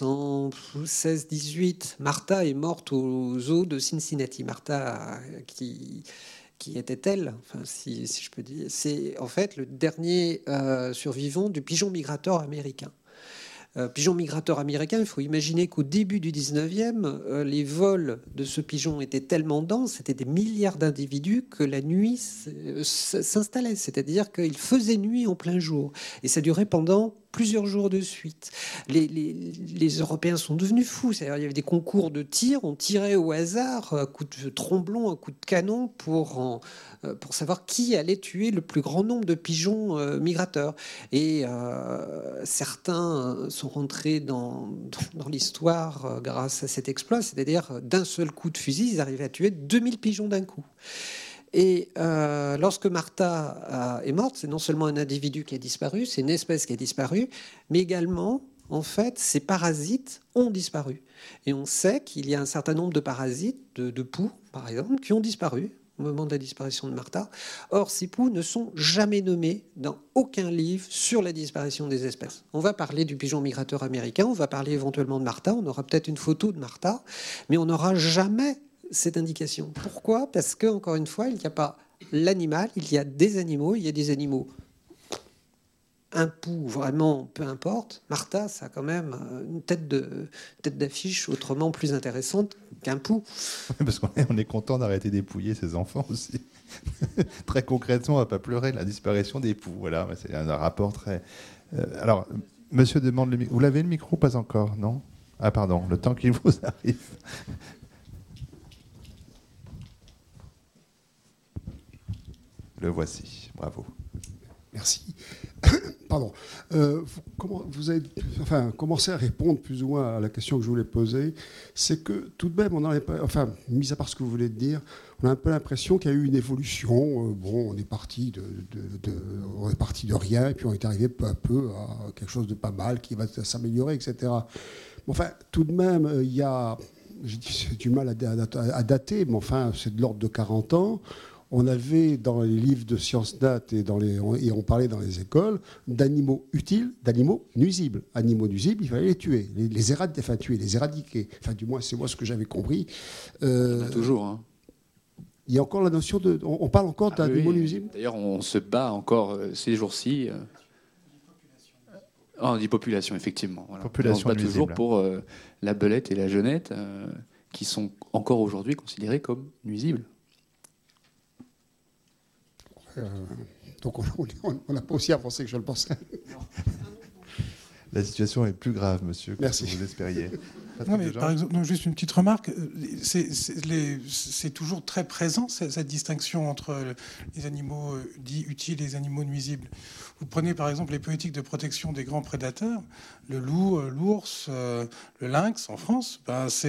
Speaker 4: 1916-18, Martha est morte au zoo de Cincinnati. Martha, qui était-elle, enfin, si je peux dire, c'est en fait le dernier survivant du pigeon migrateur américain. Pigeon migrateur américain, il faut imaginer qu'au début du 19e, les vols de ce pigeon étaient tellement denses, c'était des milliards d'individus, que la nuit s'installait. C'est-à-dire qu'il faisait nuit en plein jour. Et ça durait pendant plusieurs jours de suite. Les Européens sont devenus fous. C'est-à-dire, il y avait des concours de tir, on tirait au hasard un coup de tromblon, un coup de canon pour savoir qui allait tuer le plus grand nombre de pigeons migrateurs. Et certains sont rentrés dans l'histoire grâce à cet exploit, c'est-à-dire d'un seul coup de fusil, ils arrivaient à tuer 2000 pigeons d'un coup. Et lorsque Martha est morte, c'est non seulement un individu qui a disparu, c'est une espèce qui a disparu, mais également, en fait, ces parasites ont disparu. Et on sait qu'il y a un certain nombre de parasites, de poux, par exemple, qui ont disparu au moment de la disparition de Martha. Or, ces poux ne sont jamais nommés dans aucun livre sur la disparition des espèces. On va parler du pigeon migrateur américain, on va parler éventuellement de Martha, on aura peut-être une photo de Martha, mais on n'aura jamais cette indication. Pourquoi ? Parce que, encore une fois, il n'y a pas l'animal, il y a des animaux, un pou, vraiment, peu importe. Martha, ça a quand même une tête d'affiche autrement plus intéressante qu'un pou.
Speaker 1: Parce qu'on est content d'arrêter d'épouiller ses enfants aussi. Très concrètement, on ne va pas pleurer la disparition des poux. Voilà, c'est un rapport très... alors, monsieur demande le micro. Vous l'avez le micro ? Pas encore, non ? Ah pardon, le temps qu'il vous arrive. Le voici, bravo.
Speaker 8: Merci. Pardon. Vous avez commencé à répondre plus ou moins à la question que je voulais poser. C'est que tout de même, mis à part ce que vous voulez dire, on a un peu l'impression qu'il y a eu une évolution. On est parti de rien, et puis on est arrivé peu à peu à quelque chose de pas mal qui va s'améliorer, etc. Enfin, tout de même, il y a, j'ai du mal à dater, mais enfin, c'est de l'ordre de 40 ans. On avait dans les livres de Sciences Nat et on parlait dans les écoles d'animaux utiles, d'animaux nuisibles. Animaux nuisibles, il fallait les tuer, les éradiquer. Enfin, du moins, c'est moi ce que j'avais compris.
Speaker 2: Toujours. Hein.
Speaker 8: Il y a encore la notion de... On parle encore d'animaux nuisibles ?
Speaker 2: D'ailleurs, on se bat encore ces jours-ci. On dit population, effectivement. Voilà.
Speaker 1: Population
Speaker 2: on se bat toujours
Speaker 1: nuisible.
Speaker 2: pour la belette et la jeunette, qui sont encore aujourd'hui considérées comme nuisibles.
Speaker 8: Donc on n'a pas aussi avancé que je le pensais.
Speaker 1: La situation est plus grave, monsieur, que
Speaker 8: Merci.
Speaker 1: ce que vous espériez.
Speaker 3: Non, mais par exemple, juste une petite remarque, c'est toujours très présent cette distinction entre les animaux dits utiles et les animaux nuisibles. Vous prenez par exemple les politiques de protection des grands prédateurs, le loup, l'ours, le lynx en France.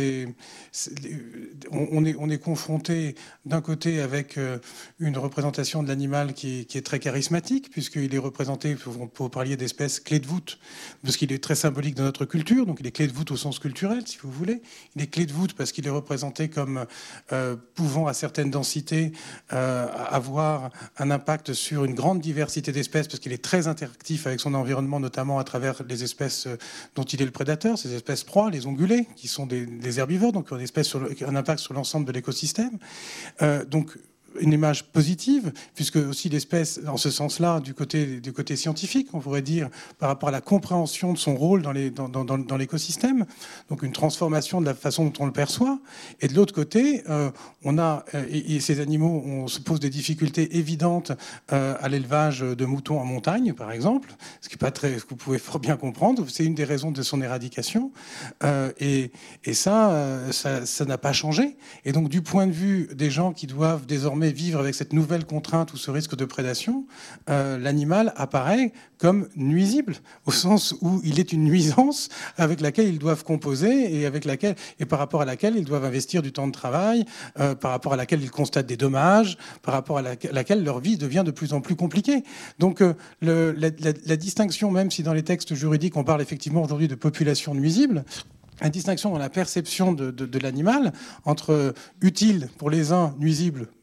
Speaker 3: On est confronté d'un côté avec une représentation de l'animal qui est très charismatique, puisqu'il est représenté, pour parler d'espèces clés de voûte, parce qu'il est très symbolique dans notre culture, donc il est clé de voûte au sens culturel, si vous voulez. Il est clé de voûte parce qu'il est représenté comme pouvant, à certaines densités, avoir un impact sur une grande diversité d'espèces, parce qu'il est très interactif avec son environnement, notamment à travers les espèces dont il est le prédateur, ces espèces proies, les ongulés, qui sont des herbivores, donc un impact sur l'ensemble de l'écosystème. Donc, une image positive, puisque aussi l'espèce, dans ce sens-là, du côté scientifique, on pourrait dire, par rapport à la compréhension de son rôle dans l'écosystème, donc une transformation de la façon dont on le perçoit. Et de l'autre côté, et ces animaux, on se pose des difficultés évidentes à l'élevage de moutons en montagne, par exemple, ce qui est pas très, ce que vous pouvez fort bien comprendre. C'est une des raisons de son éradication. Et ça n'a pas changé. Et donc, du point de vue des gens qui doivent désormais vivre avec cette nouvelle contrainte ou ce risque de prédation, l'animal apparaît comme nuisible, au sens où il est une nuisance avec laquelle ils doivent composer et par rapport à laquelle ils doivent investir du temps de travail, par rapport à laquelle ils constatent des dommages, par rapport à laquelle leur vie devient de plus en plus compliquée. Donc la distinction, même si dans les textes juridiques on parle effectivement aujourd'hui de population nuisible, la distinction dans la perception de l'animal entre utile pour les uns, nuisible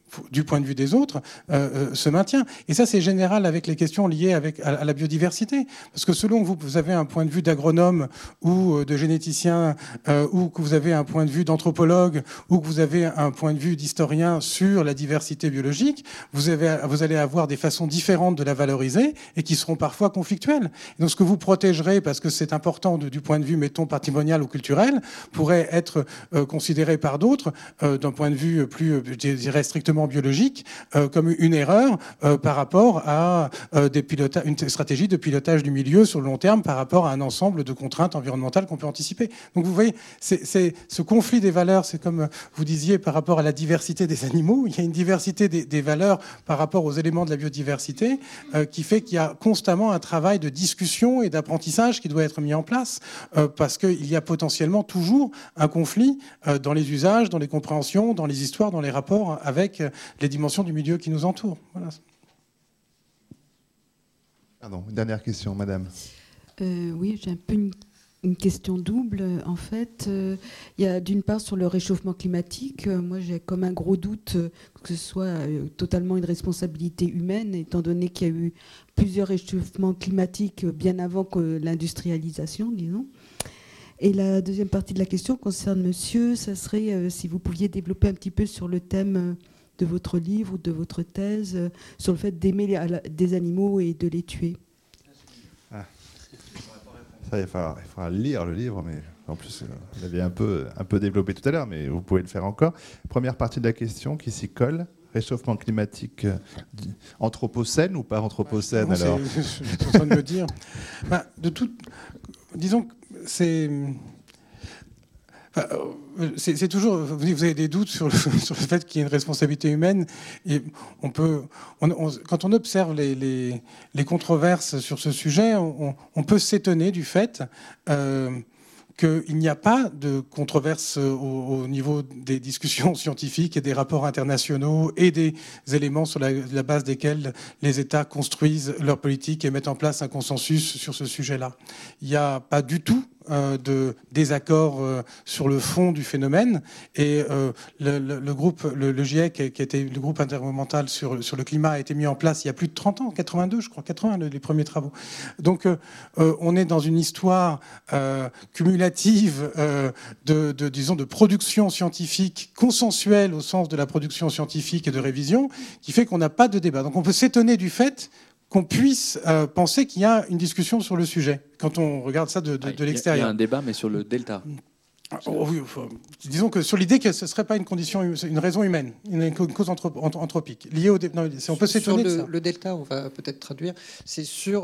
Speaker 3: du point de vue des autres, se maintient. Et ça, c'est général avec les questions liées à la biodiversité. Parce que selon que vous avez un point de vue d'agronome ou de généticien, ou que vous avez un point de vue d'anthropologue, ou que vous avez un point de vue d'historien sur la diversité biologique, vous allez avoir des façons différentes de la valoriser et qui seront parfois conflictuelles. Et donc ce que vous protégerez, parce que c'est important du point de vue, mettons, patrimonial ou culturel, pourrait être considéré par d'autres, d'un point de vue plus, je dirais, strictement biologique, comme une erreur par rapport à une stratégie de pilotage du milieu sur le long terme par rapport à un ensemble de contraintes environnementales qu'on peut anticiper. Donc vous voyez, c'est ce conflit des valeurs, c'est comme vous disiez par rapport à la diversité des animaux, il y a une diversité des valeurs par rapport aux éléments de la biodiversité qui fait qu'il y a constamment un travail de discussion et d'apprentissage qui doit être mis en place parce qu'il y a potentiellement toujours un conflit dans les usages, dans les compréhensions, dans les histoires, dans les rapports avec les dimensions du milieu qui nous entoure. Voilà.
Speaker 1: Pardon, une dernière question, madame.
Speaker 9: Oui, j'ai un peu une question double. En fait, il y a d'une part sur le réchauffement climatique, moi j'ai comme un gros doute que ce soit totalement une responsabilité humaine, étant donné qu'il y a eu plusieurs réchauffements climatiques bien avant que l'industrialisation, disons. Et la deuxième partie de la question concerne monsieur, ça serait si vous pouviez développer un petit peu sur le thème de votre livre ou de votre thèse, sur le fait d'aimer des animaux et de les tuer.
Speaker 1: Ah. Ça, il faudra lire le livre, mais en plus, vous l'avez un peu développé tout à l'heure, mais vous pouvez le faire encore. Première partie de la question qui s'y colle. Réchauffement climatique anthropocène ou pas anthropocène alors
Speaker 3: Je suis en train de me dire. Disons que c'est toujours. Vous avez des doutes sur le fait qu'il y ait une responsabilité humaine. Et quand on observe les controverses sur ce sujet, on peut s'étonner du fait qu'il n'y a pas de controverse au niveau des discussions scientifiques et des rapports internationaux et des éléments sur la base desquels les États construisent leur politique et mettent en place un consensus sur ce sujet-là. Il n'y a pas du tout de désaccord sur le fond du phénomène. Et le groupe, le GIEC, qui était le groupe intergouvernemental sur le climat, a été mis en place il y a plus de 30 ans, 82, je crois, 80, les premiers travaux. Donc, on est dans une histoire cumulative de production scientifique consensuelle au sens de la production scientifique et de révision, qui fait qu'on n'a pas de débat. Donc, on peut s'étonner du fait qu'on puisse penser qu'il y a une discussion sur le sujet, quand on regarde ça de l'extérieur.
Speaker 2: Il y a un débat, mais sur le delta.
Speaker 3: Oui, disons que sur l'idée que ce ne serait pas une raison humaine, une cause anthropique, liée on peut s'étonner de ça.
Speaker 4: Le delta, on va peut-être traduire, c'est sur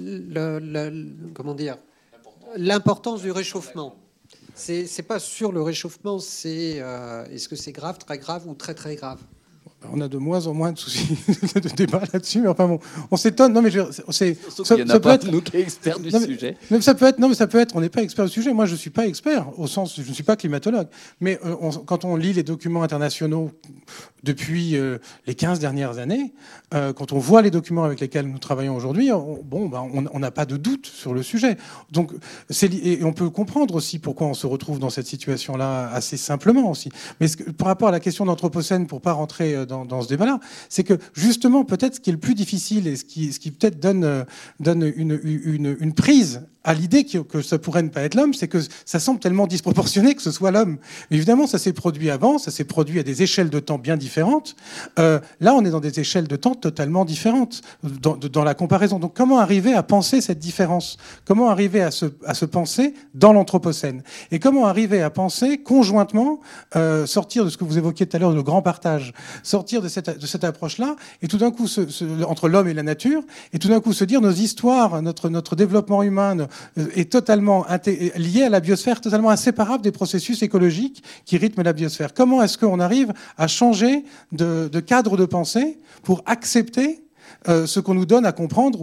Speaker 4: l'importance du réchauffement. C'est pas sur le réchauffement, c'est est-ce que c'est grave, très grave ou très très grave.
Speaker 3: On a de moins en moins de soucis de débat là-dessus, mais enfin bon, on s'étonne. Non, mais
Speaker 2: il n'y en a pas nous qui est expert du sujet.
Speaker 3: Mais ça peut être. On n'est pas expert du sujet. Moi, je suis pas expert au sens, je ne suis pas climatologue. Mais quand on lit les documents internationaux depuis les 15 dernières années, quand on voit les documents avec lesquels nous travaillons aujourd'hui, on n'a pas de doute sur le sujet. Donc, et on peut comprendre aussi pourquoi on se retrouve dans cette situation-là assez simplement aussi. Mais par rapport à la question d'anthropocène, pour pas rentrer dans ce débat-là, c'est que justement, peut-être ce qui est le plus difficile et ce qui peut-être donne une prise à l'idée que ça pourrait ne pas être l'homme, c'est que ça semble tellement disproportionné que ce soit l'homme. Évidemment, ça s'est produit avant, ça s'est produit à des échelles de temps bien différentes. Là, on est dans des échelles de temps totalement différentes dans la comparaison. Donc, comment arriver à penser cette différence ? Comment arriver à se penser dans l'anthropocène ? Et comment arriver à penser conjointement, sortir de ce que vous évoquiez tout à l'heure, le grand partage, sortir de cette approche-là, et tout d'un coup, entre l'homme et la nature, et tout d'un coup se dire nos histoires, notre développement humain est totalement lié à la biosphère, totalement inséparable des processus écologiques qui rythment la biosphère. Comment est-ce qu'on arrive à changer de cadre de pensée pour accepter ce qu'on nous donne à comprendre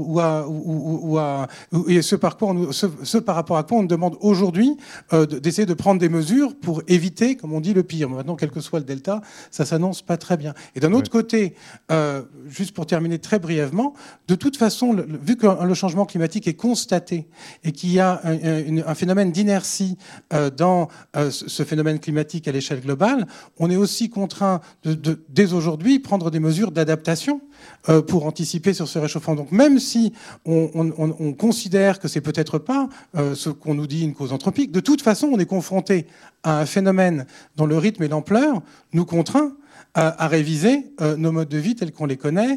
Speaker 3: et ce par rapport à quoi on nous demande aujourd'hui d'essayer de prendre des mesures pour éviter, comme on dit, le pire. Mais maintenant, quel que soit le delta, ça s'annonce pas très bien. Et d'un autre côté, juste pour terminer très brièvement, de toute façon, vu que le changement climatique est constaté et qu'il y a un phénomène d'inertie dans ce phénomène climatique à l'échelle globale, on est aussi contraint de dès aujourd'hui prendre des mesures d'adaptation pour anticiper sur ce réchauffement. Donc même si on considère que c'est peut-être pas ce qu'on nous dit une cause anthropique, de toute façon on est confronté à un phénomène dont le rythme et l'ampleur nous contraint à réviser nos modes de vie tels qu'on les connaît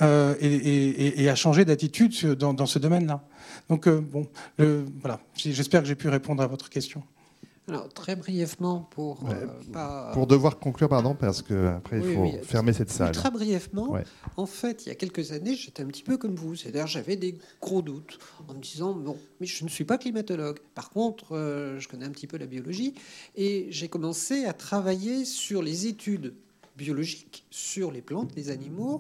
Speaker 3: et à changer d'attitude dans ce domaine-là. Donc voilà, j'espère que j'ai pu répondre à votre question.
Speaker 4: Alors, très brièvement, pour
Speaker 1: devoir conclure, pardon, parce qu'après, il faut fermer cette salle.
Speaker 4: Très brièvement, en fait, il y a quelques années, j'étais un petit peu comme vous. C'est-à-dire, j'avais des gros doutes en me disant, bon, mais je ne suis pas climatologue. Par contre, je connais un petit peu la biologie. Et j'ai commencé à travailler sur les études biologiques, sur les plantes, les animaux,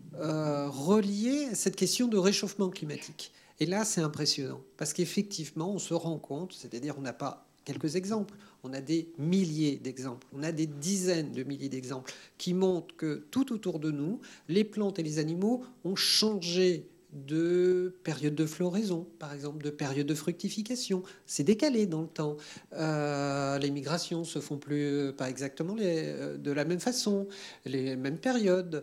Speaker 4: reliées à cette question de réchauffement climatique. Et là, c'est impressionnant. Parce qu'effectivement, on se rend compte, c'est-à-dire, on n'a pas quelques exemples. On a des milliers d'exemples. On a des dizaines de milliers d'exemples qui montrent que tout autour de nous, les plantes et les animaux ont changé de période de floraison, par exemple, de période de fructification. C'est décalé dans le temps. Les migrations se font plus pas exactement de la même façon, les mêmes périodes.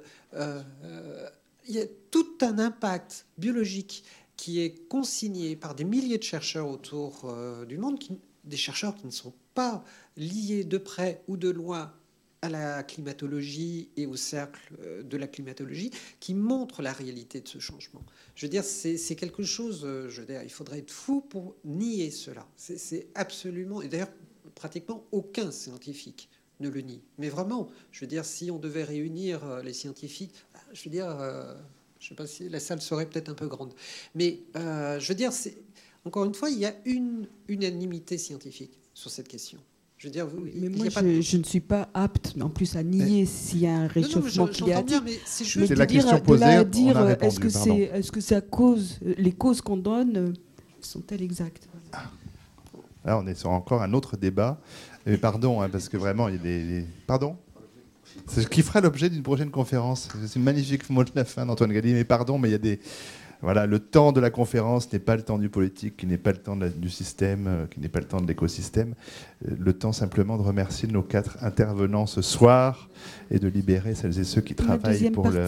Speaker 4: Il y a tout un impact biologique qui est consigné par des milliers de chercheurs autour du monde, des chercheurs qui ne sont pas liés de près ou de loin à la climatologie et au cercle de la climatologie, qui montrent la réalité de ce changement. Je veux dire, c'est quelque chose, je veux dire, il faudrait être fou pour nier cela. C'est absolument, et d'ailleurs, pratiquement aucun scientifique ne le nie. Mais vraiment, je veux dire, si on devait réunir les scientifiques, je veux dire, je ne sais pas si la salle serait peut-être un peu grande, mais je veux dire, encore une fois, il y a une unanimité scientifique sur cette question. Je veux dire,
Speaker 9: mais moi, je ne suis pas apte, en plus, à nier s'il y a un réchauffement climatique.
Speaker 1: C'est la question posée.
Speaker 9: Est-ce que ça cause, les causes qu'on donne sont-elles exactes?
Speaker 1: Là, on est sur encore un autre débat. Mais pardon, parce que vraiment, il y a des... Pardon ? C'est ce qui fera l'objet d'une prochaine conférence. C'est une magnifique mot de la fin d'Antoine Galli. Mais pardon, mais il y a des... Voilà, le temps de la conférence n'est pas le temps du politique, qui n'est pas le temps du système, qui n'est pas le temps de l'écosystème. Le temps simplement de remercier nos 4 intervenants ce soir et de libérer celles et ceux qui travaillent pour le...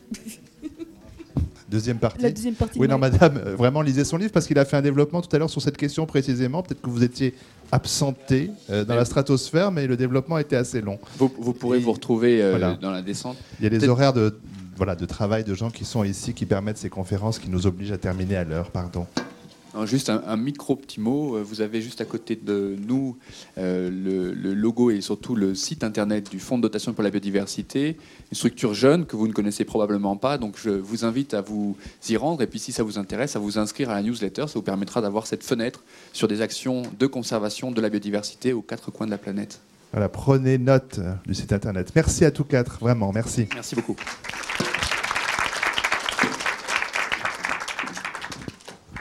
Speaker 1: Deuxième partie.
Speaker 9: La deuxième partie.
Speaker 1: Oui, non, madame, vraiment, lisez son livre parce qu'il a fait un développement tout à l'heure sur cette question précisément. Peut-être que vous étiez absenté dans la stratosphère, mais le développement était assez long.
Speaker 2: Vous pourrez vous retrouver dans la descente.
Speaker 1: Il y a des horaires de travail de gens qui sont ici, qui permettent ces conférences, qui nous obligent à terminer à l'heure. Pardon.
Speaker 2: Alors juste un micro petit mot. Vous avez juste à côté de nous le logo et surtout le site internet du Fonds de dotation pour la biodiversité, une structure jeune que vous ne connaissez probablement pas. Donc je vous invite à vous y rendre et puis si ça vous intéresse, à vous inscrire à la newsletter. Ça vous permettra d'avoir cette fenêtre sur des actions de conservation de la biodiversité aux 4 coins de la planète.
Speaker 1: Voilà, prenez note du site internet. Merci à tous 4, vraiment, merci.
Speaker 2: Merci beaucoup.